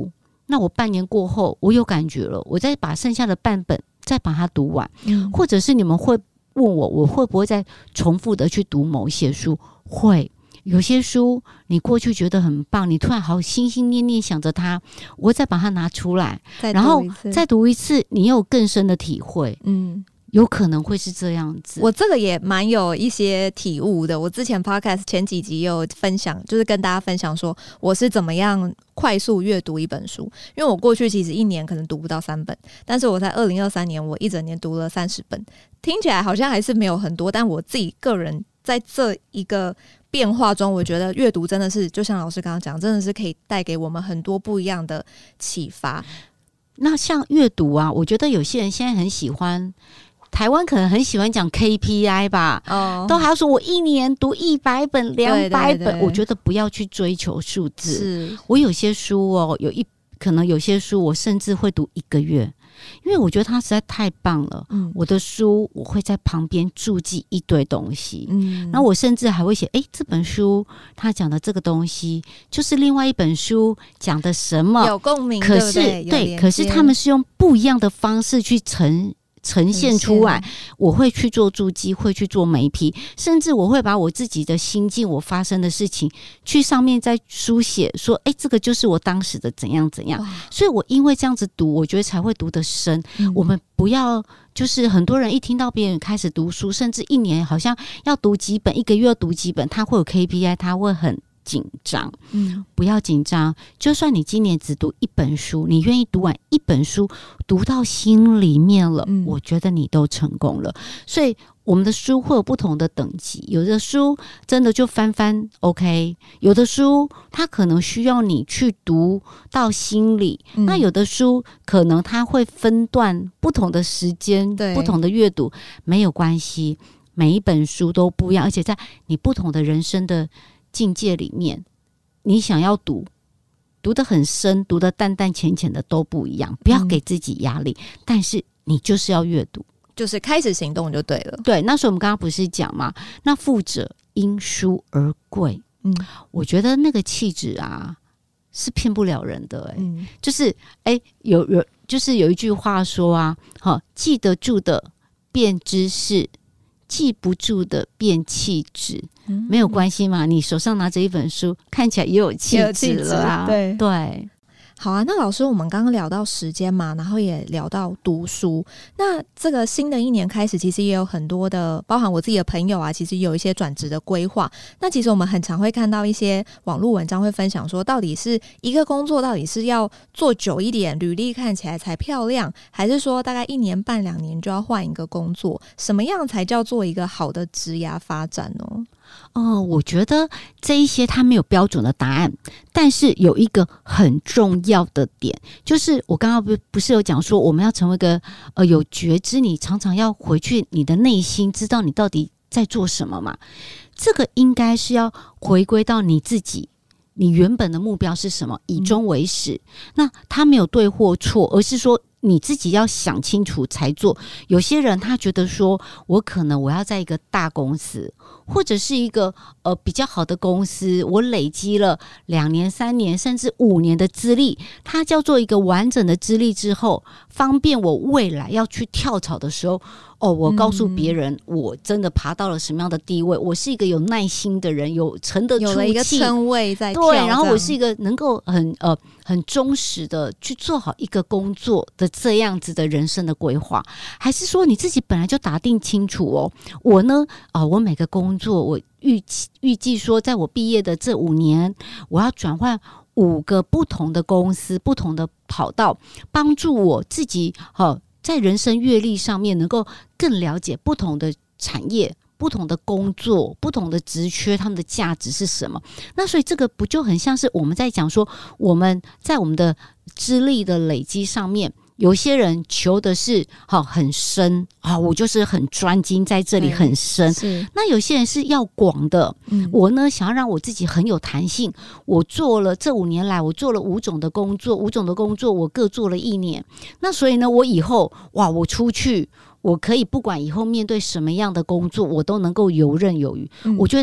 那我半年过后我有感觉了，我再把剩下的半本再把它读完，或者是你们会问我会不会再重复的去读某一些书？会。有些书你过去觉得很棒，你突然好心心念念想着它，我再把它拿出来，然后再读一次，你有更深的体会。有可能会是这样子。 我这个也蛮有一些体悟的。我之前 podcast 前几集也有分享，就是跟大家分享说我是怎么样快速阅读一本书。因为我过去其实一年可能读不到3本，但是我在2023年我一整年读了30本，听起来好像还是没有很多，但我自己个人在这一个变化中，我觉得阅读真的是就像老师刚刚讲，真的是可以带给我们很多不一样的启发。 那像阅读啊，我觉得有些人现在很喜欢，台湾可能很喜欢讲 KPI 吧，都还要说我一年读100本、200本，对，我觉得不要去追求数字。我有些书哦，可能有些书我甚至会读1个月。因为我觉得它实在太棒了，我的书我会在旁边注记一堆东西，然后我甚至还会写，这本书它讲的这个东西就是另外一本书讲的什么， 有共鸣， 可是对，可是他们是用不一样的方式去呈现出来，我会去做注记，会去做眉批，甚至我会把我自己的心境，我发生的事情去上面再书写说，这个就是我当时的怎样怎样。所以我因为这样子读，我觉得才会读得深。我们不要就是很多人一听到别人开始读书，甚至一年好像要读几本，1个月要读几本，他会有 KPI， 他会很紧张。不要紧张，就算你今年只读1本书，你愿意读完1本书，读到心里面了，我觉得你都成功了。所以我们的书会有不同的等级，有的书真的就翻 OK， 有的书它可能需要你去读到心里，那有的书可能它会分段不同的时间，不同的阅读，没有关系，每一本书都不一样，而且在你不同的人生的境界里面，你想要读得很深，读得淡淡浅浅的都不一样，不要给自己压力，但是你就是要阅读， 就是开始行动就对了。 对，那时候我们刚刚不是讲嘛，那富者因书而贵，我觉得那个气质啊是骗不了人的，就是就是有一句话说啊，记得住的变知识，记不住的变气质，没有关系嘛，你手上拿着一本书，看起来也有气质了啊。对。 好啊，那老师，我们刚刚聊到时间嘛，然后也聊到读书。那这个新的一年开始，其实也有很多的，包含我自己的朋友啊，其实有一些转职的规划。那其实我们很常会看到一些网络文章会分享说，到底是一个工作到底是要做久一点，履历看起来才漂亮，还是说大概1年半2年就要换一个工作？什么样才叫做一个好的职涯发展呢？ 我觉得这一些它没有标准的答案，但是有一个很重要的点，就是我刚刚不是有讲说，我们要成为一个有觉知，你常常要回去你的内心，知道你到底在做什么嘛。这个应该是要回归到你自己，你原本的目标是什么，以终为始。那它没有对或错，而是说你自己要想清楚才做。有些人他觉得说，我要在一个大公司，或者是一个比较好的公司，我累积了2年、3年甚至5年的资历，它叫做一个完整的资历之后，方便我未来要去跳槽的时候，我告诉别人，我真的爬到了什么样的地位，我是一个有耐心的人，有沉得住气， 有了一个称谓在跳， 对，然后我是一个能够很忠实的去做好一个工作的这样子的人生的规划，还是说你自己本来就打定清楚我呢我每个工作我预计说，在我毕业的这5年，我要转换5个不同的公司，不同的跑道，帮助我自己在人生阅历上面能够更了解不同的产业、不同的工作、不同的职缺，他们的价值是什么。那所以这个不就很像是我们在讲说，我们在我们的资历的累积上面，有些人求的是很深我就是很专精在这里很深，那有些人是要广的，我呢想要让我自己很有弹性，我做了这5年来我做了5种的工作我各做了1年，那所以呢我以后我出去我可以不管以后面对什么样的工作，我都能够游刃有余。我觉得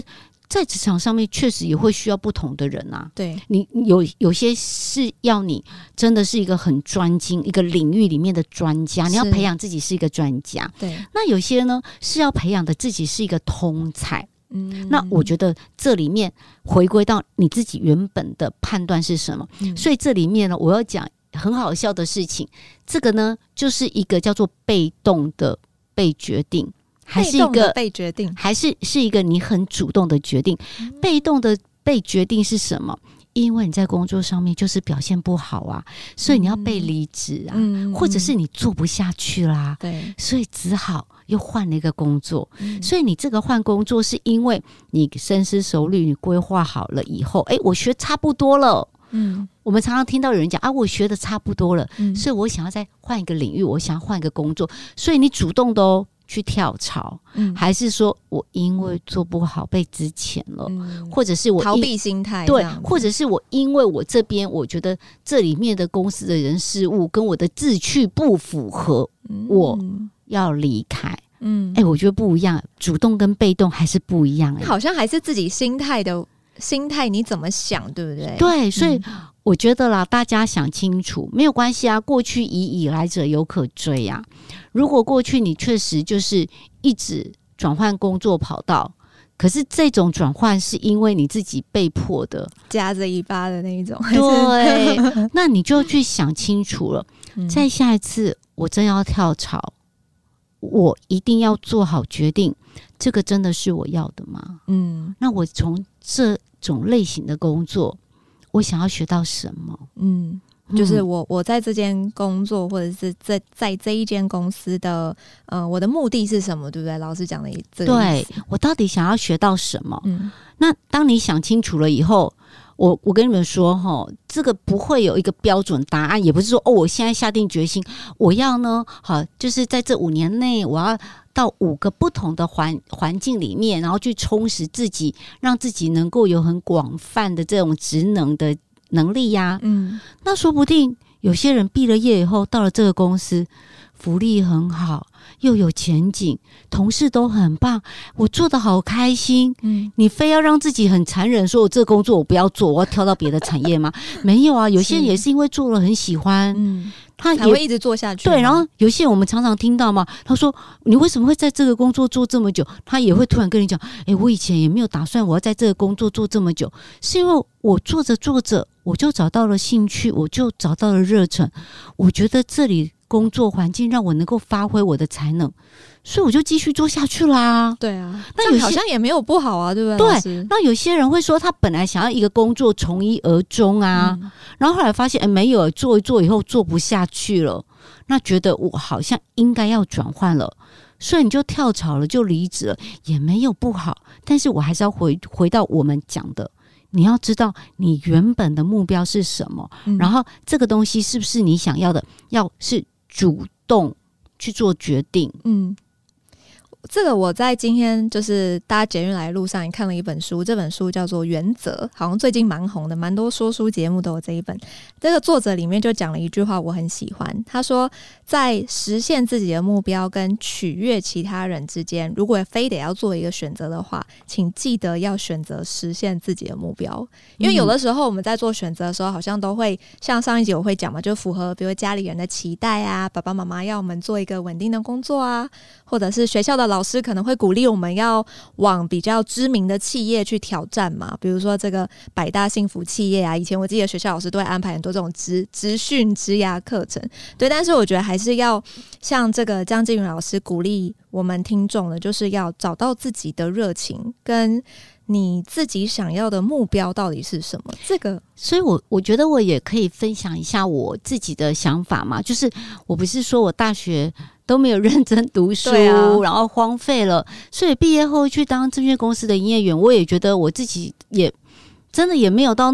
在职场上面确实也会需要不同的人啊。 对， 你有些是要你真的是一个很专精一个领域里面的专家，你要培养自己是一个专家。 对， 那有些呢是要培养的自己是一个通才。那我觉得这里面回归到你自己原本的判断是什么。所以这里面呢，我要讲很好笑的事情，这个呢就是一个叫做被动的被决定，还是一个被决定， 还是一个你很主动的决定。被动的被决定是什么？因为你在工作上面就是表现不好啊，所以你要被离职啊，或者是你做不下去啦， 对， 所以只好又换了一个工作。所以你这个换工作是因为你深思熟虑，你规划好了以后，我学差不多了。我们常常听到有人讲啊，我学的差不多了，所以我想要再换一个领域，我想要换一个工作，所以你主动的去跳槽，还是说我因为做不好被资遣了，或者是我逃避心态， 对，或者是我因为我这边我觉得这里面的公司的人事物跟我的志趣不符合，我要离开。我觉得不一样，主动跟被动还是不一样。 好像还是自己心态你怎么想，对不对？ 对，所以我觉得啦，大家想清楚没有关系啊，过去已来者犹可追啊。如果过去你确实就是一直转换工作跑道，可是这种转换是因为你自己被迫的， 夹着尾巴的那一种， 对，那你就去想清楚了。在下一次我真要跳槽，我一定要做好决定，这个真的是我要的吗？那我从这种类型的工作，我想要学到什么？ 就是我在这间工作，或者是在这一间公司的我的目的是什么，对不对？老师讲的这个意思， 对，我到底想要学到什么？那当你想清楚了以后，我跟你们说这个不会有一个标准答案，也不是说我现在下定决心我要呢，就是在这5年内我要到5个不同的环境里面，然后去充实自己，让自己能够有很广泛的这种职能的能力呀。那说不定有些人毕了业以后到了这个公司，福利很好，又有前景，同事都很棒，我做得好开心。你非要让自己很残忍说我这个工作我不要做，我要跳到别的产业吗？没有啊，有些人也是因为做了很喜欢，他才会一直做下去。 对，然后有些人我们常常听到嘛，他说你为什么会在这个工作做这么久？他也会突然跟你讲，我以前也没有打算我要在这个工作做这么久，是因为我做着做着我就找到了兴趣，我就找到了热忱，我觉得这里工作环境让我能够发挥我的才能，所以我就继续做下去啦。 对啊，那有些好像也没有不好啊，对不对？对，那有些人会说他本来想要一个工作从一而终啊，然后后来发现没有，做一做以后做不下去了，那觉得我好像应该要转换了，所以你就跳槽了，就离职了，也没有不好。但是我还是要回到我们讲的，你要知道你原本的目标是什么，然后这个东西是不是你想要的，要是主动去做决定。 这个我在今天就是搭捷运来的路上也看了一本书，这本书叫做《原则》，好像最近蛮红的，蛮多说书节目都有这一本。这个作者里面就讲了一句话我很喜欢，他说在实现自己的目标跟取悦其他人之间，如果非得要做一个选择的话，请记得要选择实现自己的目标。因为有的时候我们在做选择的时候，好像都会像上一集我会讲嘛，就符合比如家里人的期待啊，爸爸妈妈要我们做一个稳定的工作啊，或者是学校的老师可能会鼓励我们要往比较知名的企业去挑战嘛，比如说这个百大幸福企业啊，以前我记得学校老师都会安排很多这种职训职涯课程。对，但是我觉得还是要像这个江靖宇老师鼓励我们听众的，就是要找到自己的热情跟你自己想要的目标到底是什么。这个， 所以我觉得我也可以分享一下我自己的想法嘛，就是我不是说我大学都没有认真读书，然后荒废了，所以毕业后去当证券公司的营业员，我也觉得我自己也真的也没有到那么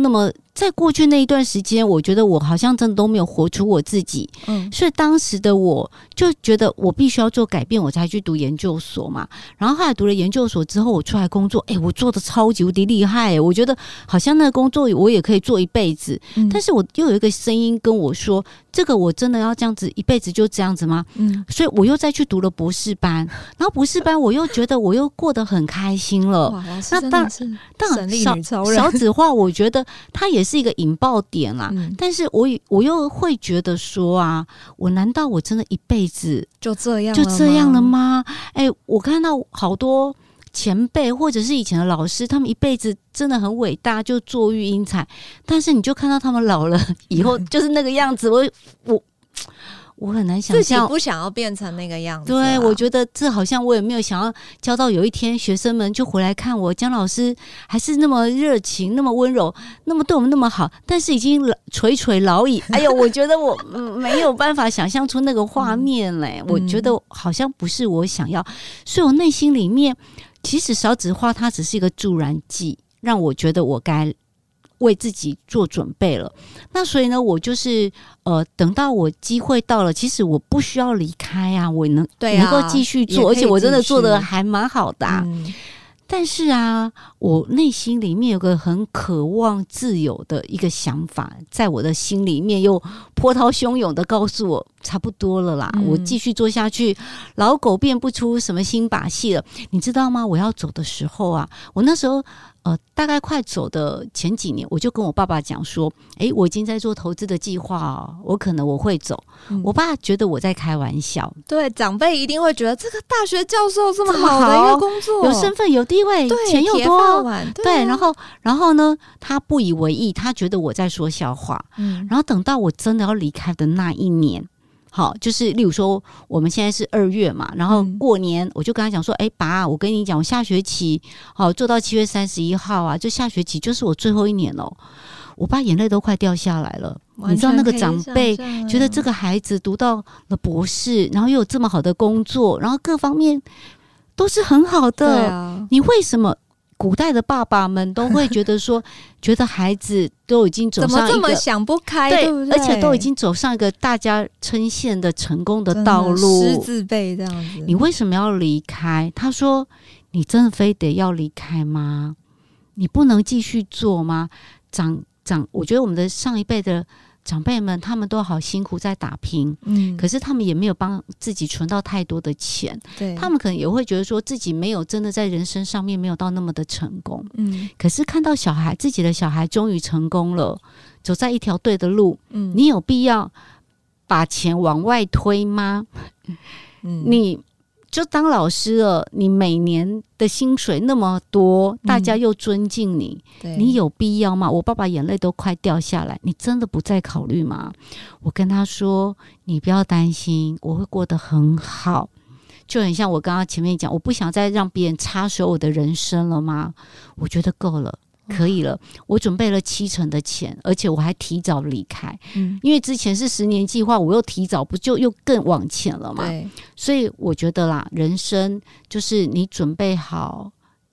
在过去那一段时间，我觉得我好像真的都没有活出我自己，所以当时的我就觉得我必须要做改变，我才去读研究所嘛。然后后来读了研究所之后，我出来工作，我做的超级无敌厉害，我觉得好像那个工作我也可以做一辈子。但是我又有一个声音跟我说，这个我真的要这样子一辈子就这样子吗？所以我又再去读了博士班，然后博士班我又觉得我又过得很开心了。 哇，老师真的是神力女超人。 少子化，我觉得它也是一个引爆点啦。但是我又会觉得说啊，我难道我真的一辈子就这样了吗？我看到好多前辈或者是以前的老师，他们一辈子真的很伟大，就坐育英才，但是你就看到他们老了以后就是那个样子，我很难想象， 自己不想要变成那个样子。 对，我觉得这好像我也没有想要教到有一天学生们就回来看我，姜老师还是那么热情，那么温柔，那么对我们那么好，但是已经垂垂老矣。哎呦，我觉得我没有办法想象出那个画面嘞。我觉得好像不是我想要，所以我内心里面其实少子化它只是一个助燃剂，让我觉得我该为自己做准备了。那所以呢，我就是等到我机会到了，其实我不需要离开啊，我能够继续做，而且我真的做得还蛮好的啊。但是啊，我内心里面有个很渴望自由的一个想法，在我的心里面又波涛汹涌的告诉我，差不多了啦，我继续做下去，老狗变不出什么新把戏了。你知道吗？我要走的时候啊，我那时候大概快走的前几年，我就跟我爸爸讲说，我已经在做投资的计划哦，我会走。我爸觉得我在开玩笑， 对，长辈一定会觉得这个大学教授这么好的一个工作， 有身份有地位，钱又多，对，然后呢，他不以为意，他觉得我在说笑话。然后等到我真的要离开的那一年。好，就是例如说我们现在是2月嘛，然后过年我就跟他讲说，爸，我跟你讲，我下学期做到7月31号啊，就下学期就是我最后一年了。我爸眼泪都快掉下来了。你知道那个长辈觉得这个孩子读到了博士，然后又有这么好的工作，然后各方面都是很好的，你为什么古代的爸爸们都会觉得说，觉得孩子都已经走上一个怎么这么想不开，对不对？ 而且都已经走上一个大家称羡的成功的道路， 师字辈这样子， 你为什么要离开？他说：“你真的非得要离开吗？你不能继续做吗？”我觉得我们的上一辈的长辈们，他们都好辛苦在打拼，可是他们也没有帮自己存到太多的钱，对，他们可能也会觉得说自己没有真的在人生上面没有到那么的成功，可是看到自己的小孩终于成功了，走在一条对的路，你有必要把钱往外推吗？你就当老师了，你每年的薪水那么多，大家又尊敬你，你有必要吗？我爸爸眼泪都快掉下来，你真的不再考虑吗？我跟他说，你不要担心，我会过得很好。就很像我刚刚前面讲，我不想再让别人插手我的人生了吗？我觉得够了，可以了。我准备了70%的钱，而且我还提早离开，因为之前是10年计划，我又提早，不就又更往前了嘛？所以我觉得啦，人生就是你准备好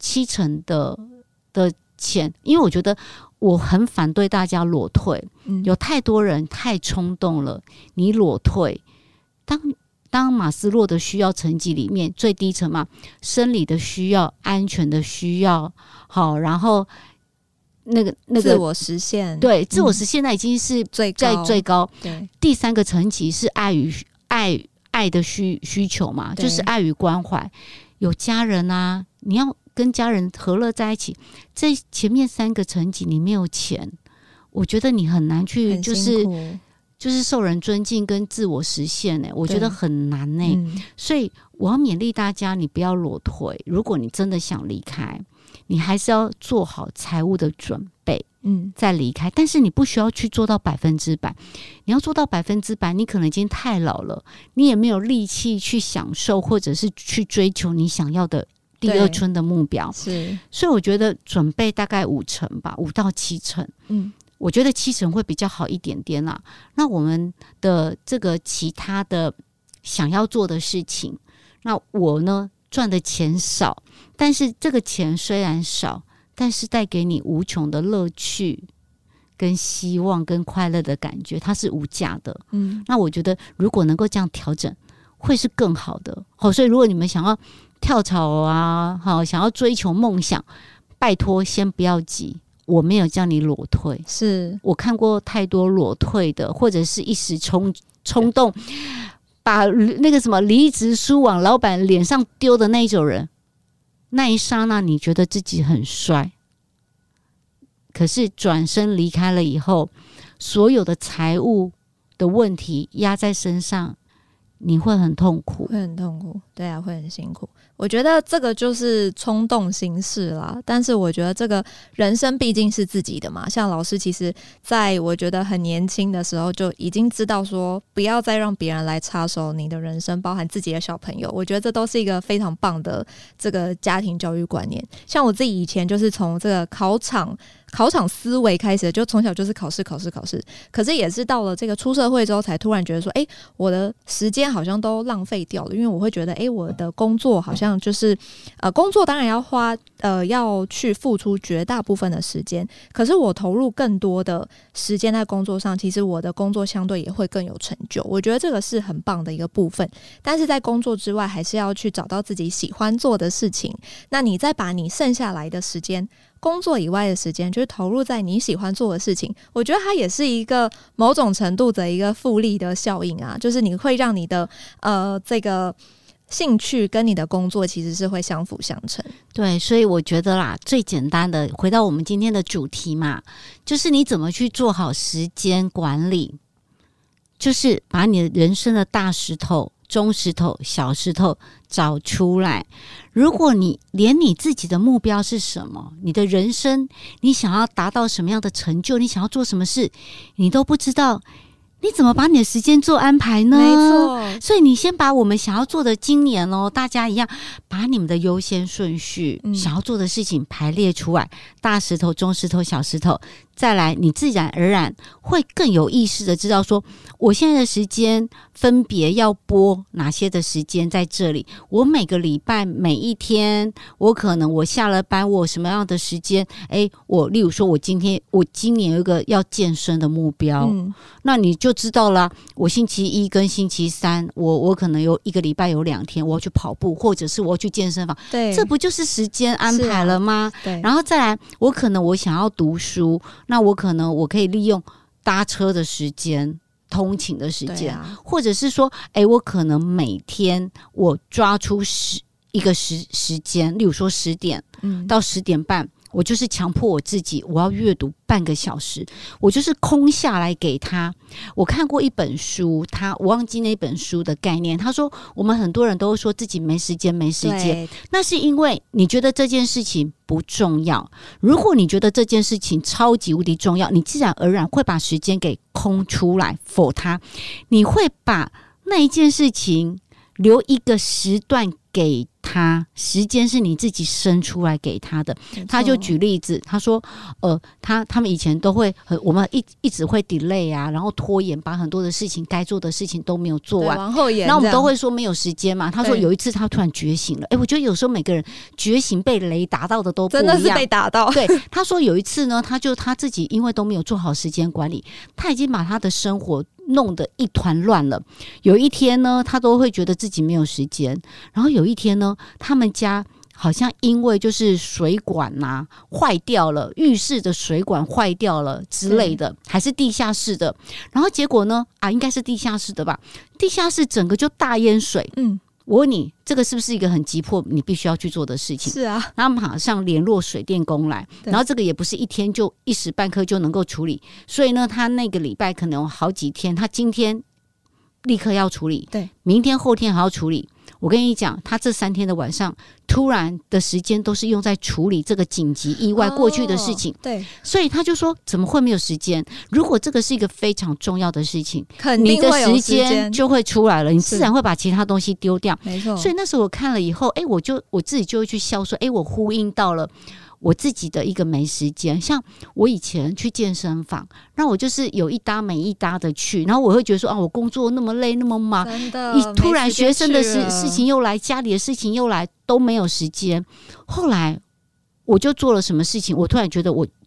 70%的钱，因为我觉得我很反对大家裸退，有太多人太冲动了，你裸退，当马斯洛的需要层级里面最低层嘛，生理的需要、安全的需要，好，然后那个自我实现， 对，自我实现那已经是最高。对，第3个层级是爱的需求嘛，就是爱与关怀。有家人啊，你要跟家人和乐在一起。在前面3个层级你没有钱，我觉得你很难去就是受人尊敬跟自我实现我觉得很难所以我要勉励大家，你不要裸退。如果你真的想离开，你还是要做好财务的准备，再离开。但是你不需要去做到100%，你要做到100%，你可能已经太老了，你也没有力气去享受或者是去追求你想要的第2春的目标。是，所以我觉得准备大概5%吧，5到7%。我觉得7%会比较好一点点啦。那我们的这个其他的想要做的事情，那我呢赚的钱少，但是这个钱虽然少，但是带给你无穷的乐趣跟希望跟快乐的感觉，它是无价的。那我觉得如果能够这样调整，会是更好的。所以如果你们想要跳槽啊，想要追求梦想，拜托先不要急。我没有叫你裸退， 是我看过太多裸退的，或者是一时冲动把那个什么离职书往老板脸上丢的那一种人。那一刹那你觉得自己很帅，可是转身离开了以后，所有的财务的问题压在身上，你会很痛苦， 会很痛苦，对啊，会很辛苦。我觉得这个就是冲动行事啦，但是我觉得这个人生毕竟是自己的嘛。像老师其实在我觉得很年轻的时候就已经知道说，不要再让别人来插手你的人生，包含自己的小朋友。我觉得这都是一个非常棒的这个家庭教育观念。像我自己以前就是从这个考场思维开始，就从小就是考试，可是也是到了这个出社会之后才突然觉得说，我的时间好像都浪费掉了，因为我会觉得我的工作好像就是工作当然要去付出绝大部分的时间，可是我投入更多的时间在工作上，其实我的工作相对也会更有成就。我觉得这个是很棒的一个部分，但是在工作之外还是要去找到自己喜欢做的事情，那你再把你剩下来的时间，工作以外的时间，就是投入在你喜欢做的事情。我觉得它也是一个某种程度的一个复利的效应啊，就是你会让你的这个兴趣跟你的工作其实是会相辅相成。 对，所以我觉得啦，最简单的回到我们今天的主题嘛，就是你怎么去做好时间管理，就是把你的人生的大石头、中石头、小石头找出来。如果你连你自己的目标是什么，你的人生你想要达到什么样的成就，你想要做什么事，你都不知道，你怎么把你的时间做安排呢？ 没错， 所以你先把我们想要做的今年大家一样把你们的优先顺序、想要做的事情排列出来，大石头、中石头、小石头，再来你自然而然会更有意识的知道说，我现在的时间分别要拨哪些的时间在这里，我每个礼拜每一天，我可能我下了班我有什么样的时间，我例如说我今年有一个要健身的目标，那你就知道了，我星期一跟星期三我可能有一个礼拜有2天我要去跑步，或者是我要去健身房， 对， 这不就是时间安排了吗？ 对， 然后再来我可能我想要读书，那我可以利用搭车的时间、通勤的时间，或者是说我可能每天我抓出一个时间，例如说10点到10点半，我就是强迫我自己，我要阅读半个小时，我就是空下来给他。我看过一本书，我忘记那本书的概念，他说我们很多人都会说自己没时间，那是因为你觉得这件事情不重要。如果你觉得这件事情超级无敌重要，你自然而然会把时间给空出来 for 他，你会把那一件事情留一个时段给他，时间是你自己生出来给他的。他就举例子，他说他们以前都会我们一直会 delay 啊，然后拖延，把很多的事情该做的事情都没有做完， 往后延， 然后我们都会说没有时间嘛。他说有一次他突然觉醒了，我觉得有时候每个人觉醒被雷打到的都不一样， 真的是被打到。 对，他说有一次呢，他自己因为都没有做好时间管理，他已经把他的生活弄得一团乱了。有一天呢，他都会觉得自己没有时间，然后有一天呢，他们家好像因为就是水管坏掉了，浴室的水管坏掉了之类的，还是地下室的，然后结果呢应该是地下室的吧，地下室整个就大淹水。我问你，这个是不是一个很急迫你必须要去做的事情？ 是啊， 然后马上联络水电工来，然后这个也不是一天就一时半刻就能够处理，所以呢他那个礼拜可能有好几天，他今天立刻要处理， 对， 明天后天还要处理。我跟你讲，他这3天的晚上突然的时间都是用在处理这个紧急意外过去的事情， 对， 所以他就说怎么会没有时间？如果这个是一个非常重要的事情， 肯定会有你的时间就会出来了，你自然会把其他东西丢掉。 没错， 所以那时候我看了以后，我自己就会去笑说，我呼应到了我自己的一个没时间。像我以前去健身房，那我就是有一搭没一搭的去，然后我会觉得说我工作那么累那么忙， 真的， 你突然学生的事情又来，家里的事情又来，都没有时间。后来我就做了什么事情，我突然觉得我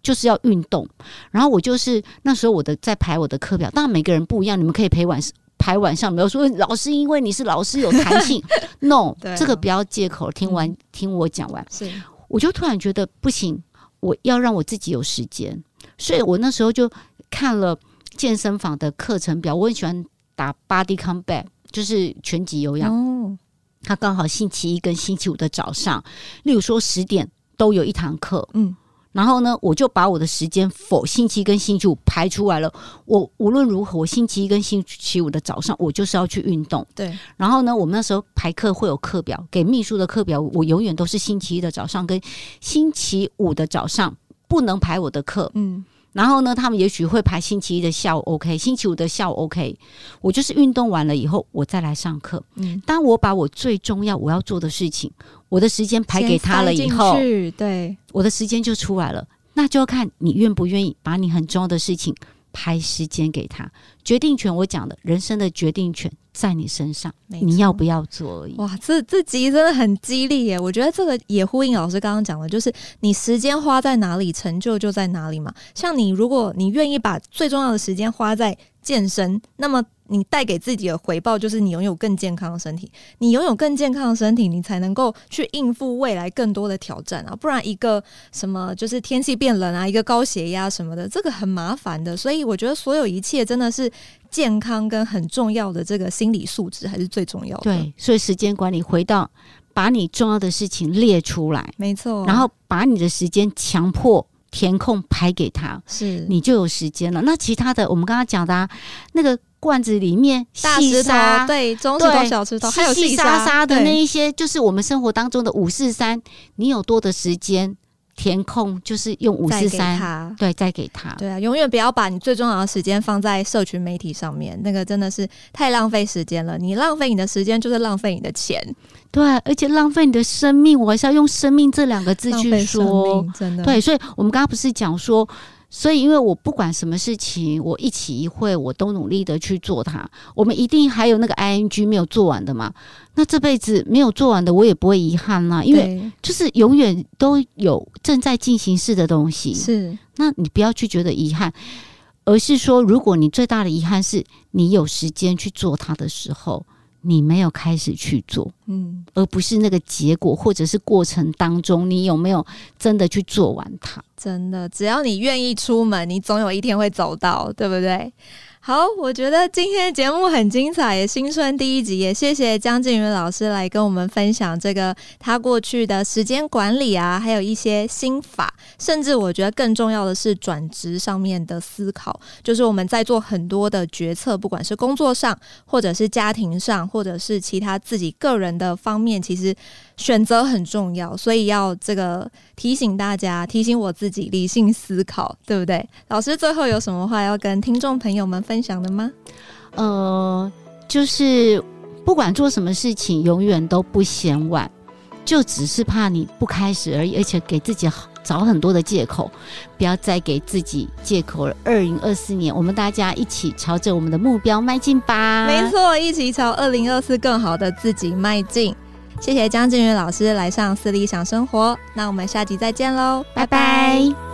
就是要运动。然后我就是那时候在排我的课表，当然每个人不一样，你们可以排晚上，没有说老师因为你是老师有弹性，no，这个不要借口。听我讲完， 是我就突然觉得不行，我要让我自己有时间，所以我那时候就看了健身房的课程表，我很喜欢打 Body Combat， 就是拳击有氧。它刚好星期一跟星期五的早上，例如说10点都有一堂课，然后呢，我就把我的时间否星期一跟星期五排出来了。我无论如何，我星期一跟星期五的早上，我就是要去运动。 对。 然后呢，我们那时候排课会有课表，给秘书的课表，我永远都是星期一的早上跟星期五的早上不能排我的课。然后呢，他们也许会排星期一的下午 OK， 星期五的下午 OK。我就是运动完了以后，我再来上课。当我把我最重要我要做的事情，我的时间排给他了以后， 对， 我的时间就出来了。那就要看你愿不愿意把你很重要的事情排时间给他。决定权，我讲的人生的决定权在你身上，你要不要做而已。 哇，这集真的很激励耶！我觉得这个也呼应老师刚刚讲的，就是你时间花在哪里，成就就在哪里嘛。像你，如果你愿意把最重要的时间花在健身，那么你带给自己的回报就是你拥有更健康的身体。你拥有更健康的身体，你才能够去应付未来更多的挑战啊！不然一个什么就是天气变冷啊，一个高血压什么的，这个很麻烦的。所以我觉得所有一切真的是健康跟很重要的这个心理素质还是最重要的。 对，所以时间管理回到把你重要的事情列出来， 没错， 然后把你的时间强迫填空排给他， 是你就有时间了。那其他的我们刚刚讲的那个罐子里面大石头，对，中石头、小石头，还有细沙沙的那一些，就是我们生活当中的543，你有多的时间填空，就是用543，对，再给他。 对啊，永远不要把你最重要的时间放在社群媒体上面，那个真的是太浪费时间了。你浪费你的时间，就是浪费你的钱。 对，而且浪费你的生命，我还是要用生命这2个字去说， 真的。 对，所以我们刚刚不是讲说，所以因为我不管什么事情，我一起一会我都努力的去做它。我们一定还有那个 ING 没有做完的嘛？那这辈子没有做完的，我也不会遗憾啦，因为就是永远都有正在进行式的东西。 是， 那你不要去觉得遗憾，而是说，如果你最大的遗憾是你有时间去做它的时候，你没有开始去做，而不是那个结果或者是过程当中你有没有真的去做完它。 真的，只要你愿意出门，你总有一天会走到，对不对？好，我觉得今天的节目很精彩，也新春第1集，也谢谢江靖宇老师来跟我们分享这个他过去的时间管理啊，还有一些心法，甚至我觉得更重要的是转职上面的思考，就是我们在做很多的决策，不管是工作上，或者是家庭上，或者是其他自己个人的方面，其实选择很重要，所以要这个提醒大家，提醒我自己理性思考，对不对？老师最后有什么话要跟听众朋友们分享的吗？ 就是不管做什么事情，永远都不嫌晚，就只是怕你不开始而已，而且给自己找很多的借口，不要再给自己借口了。2024年，我们大家一起朝着我们的目标迈进吧！ 没错，一起朝2024更好的自己迈进。谢谢江靖宇老师来上私理想生活，那我们下集再见喽， 拜拜。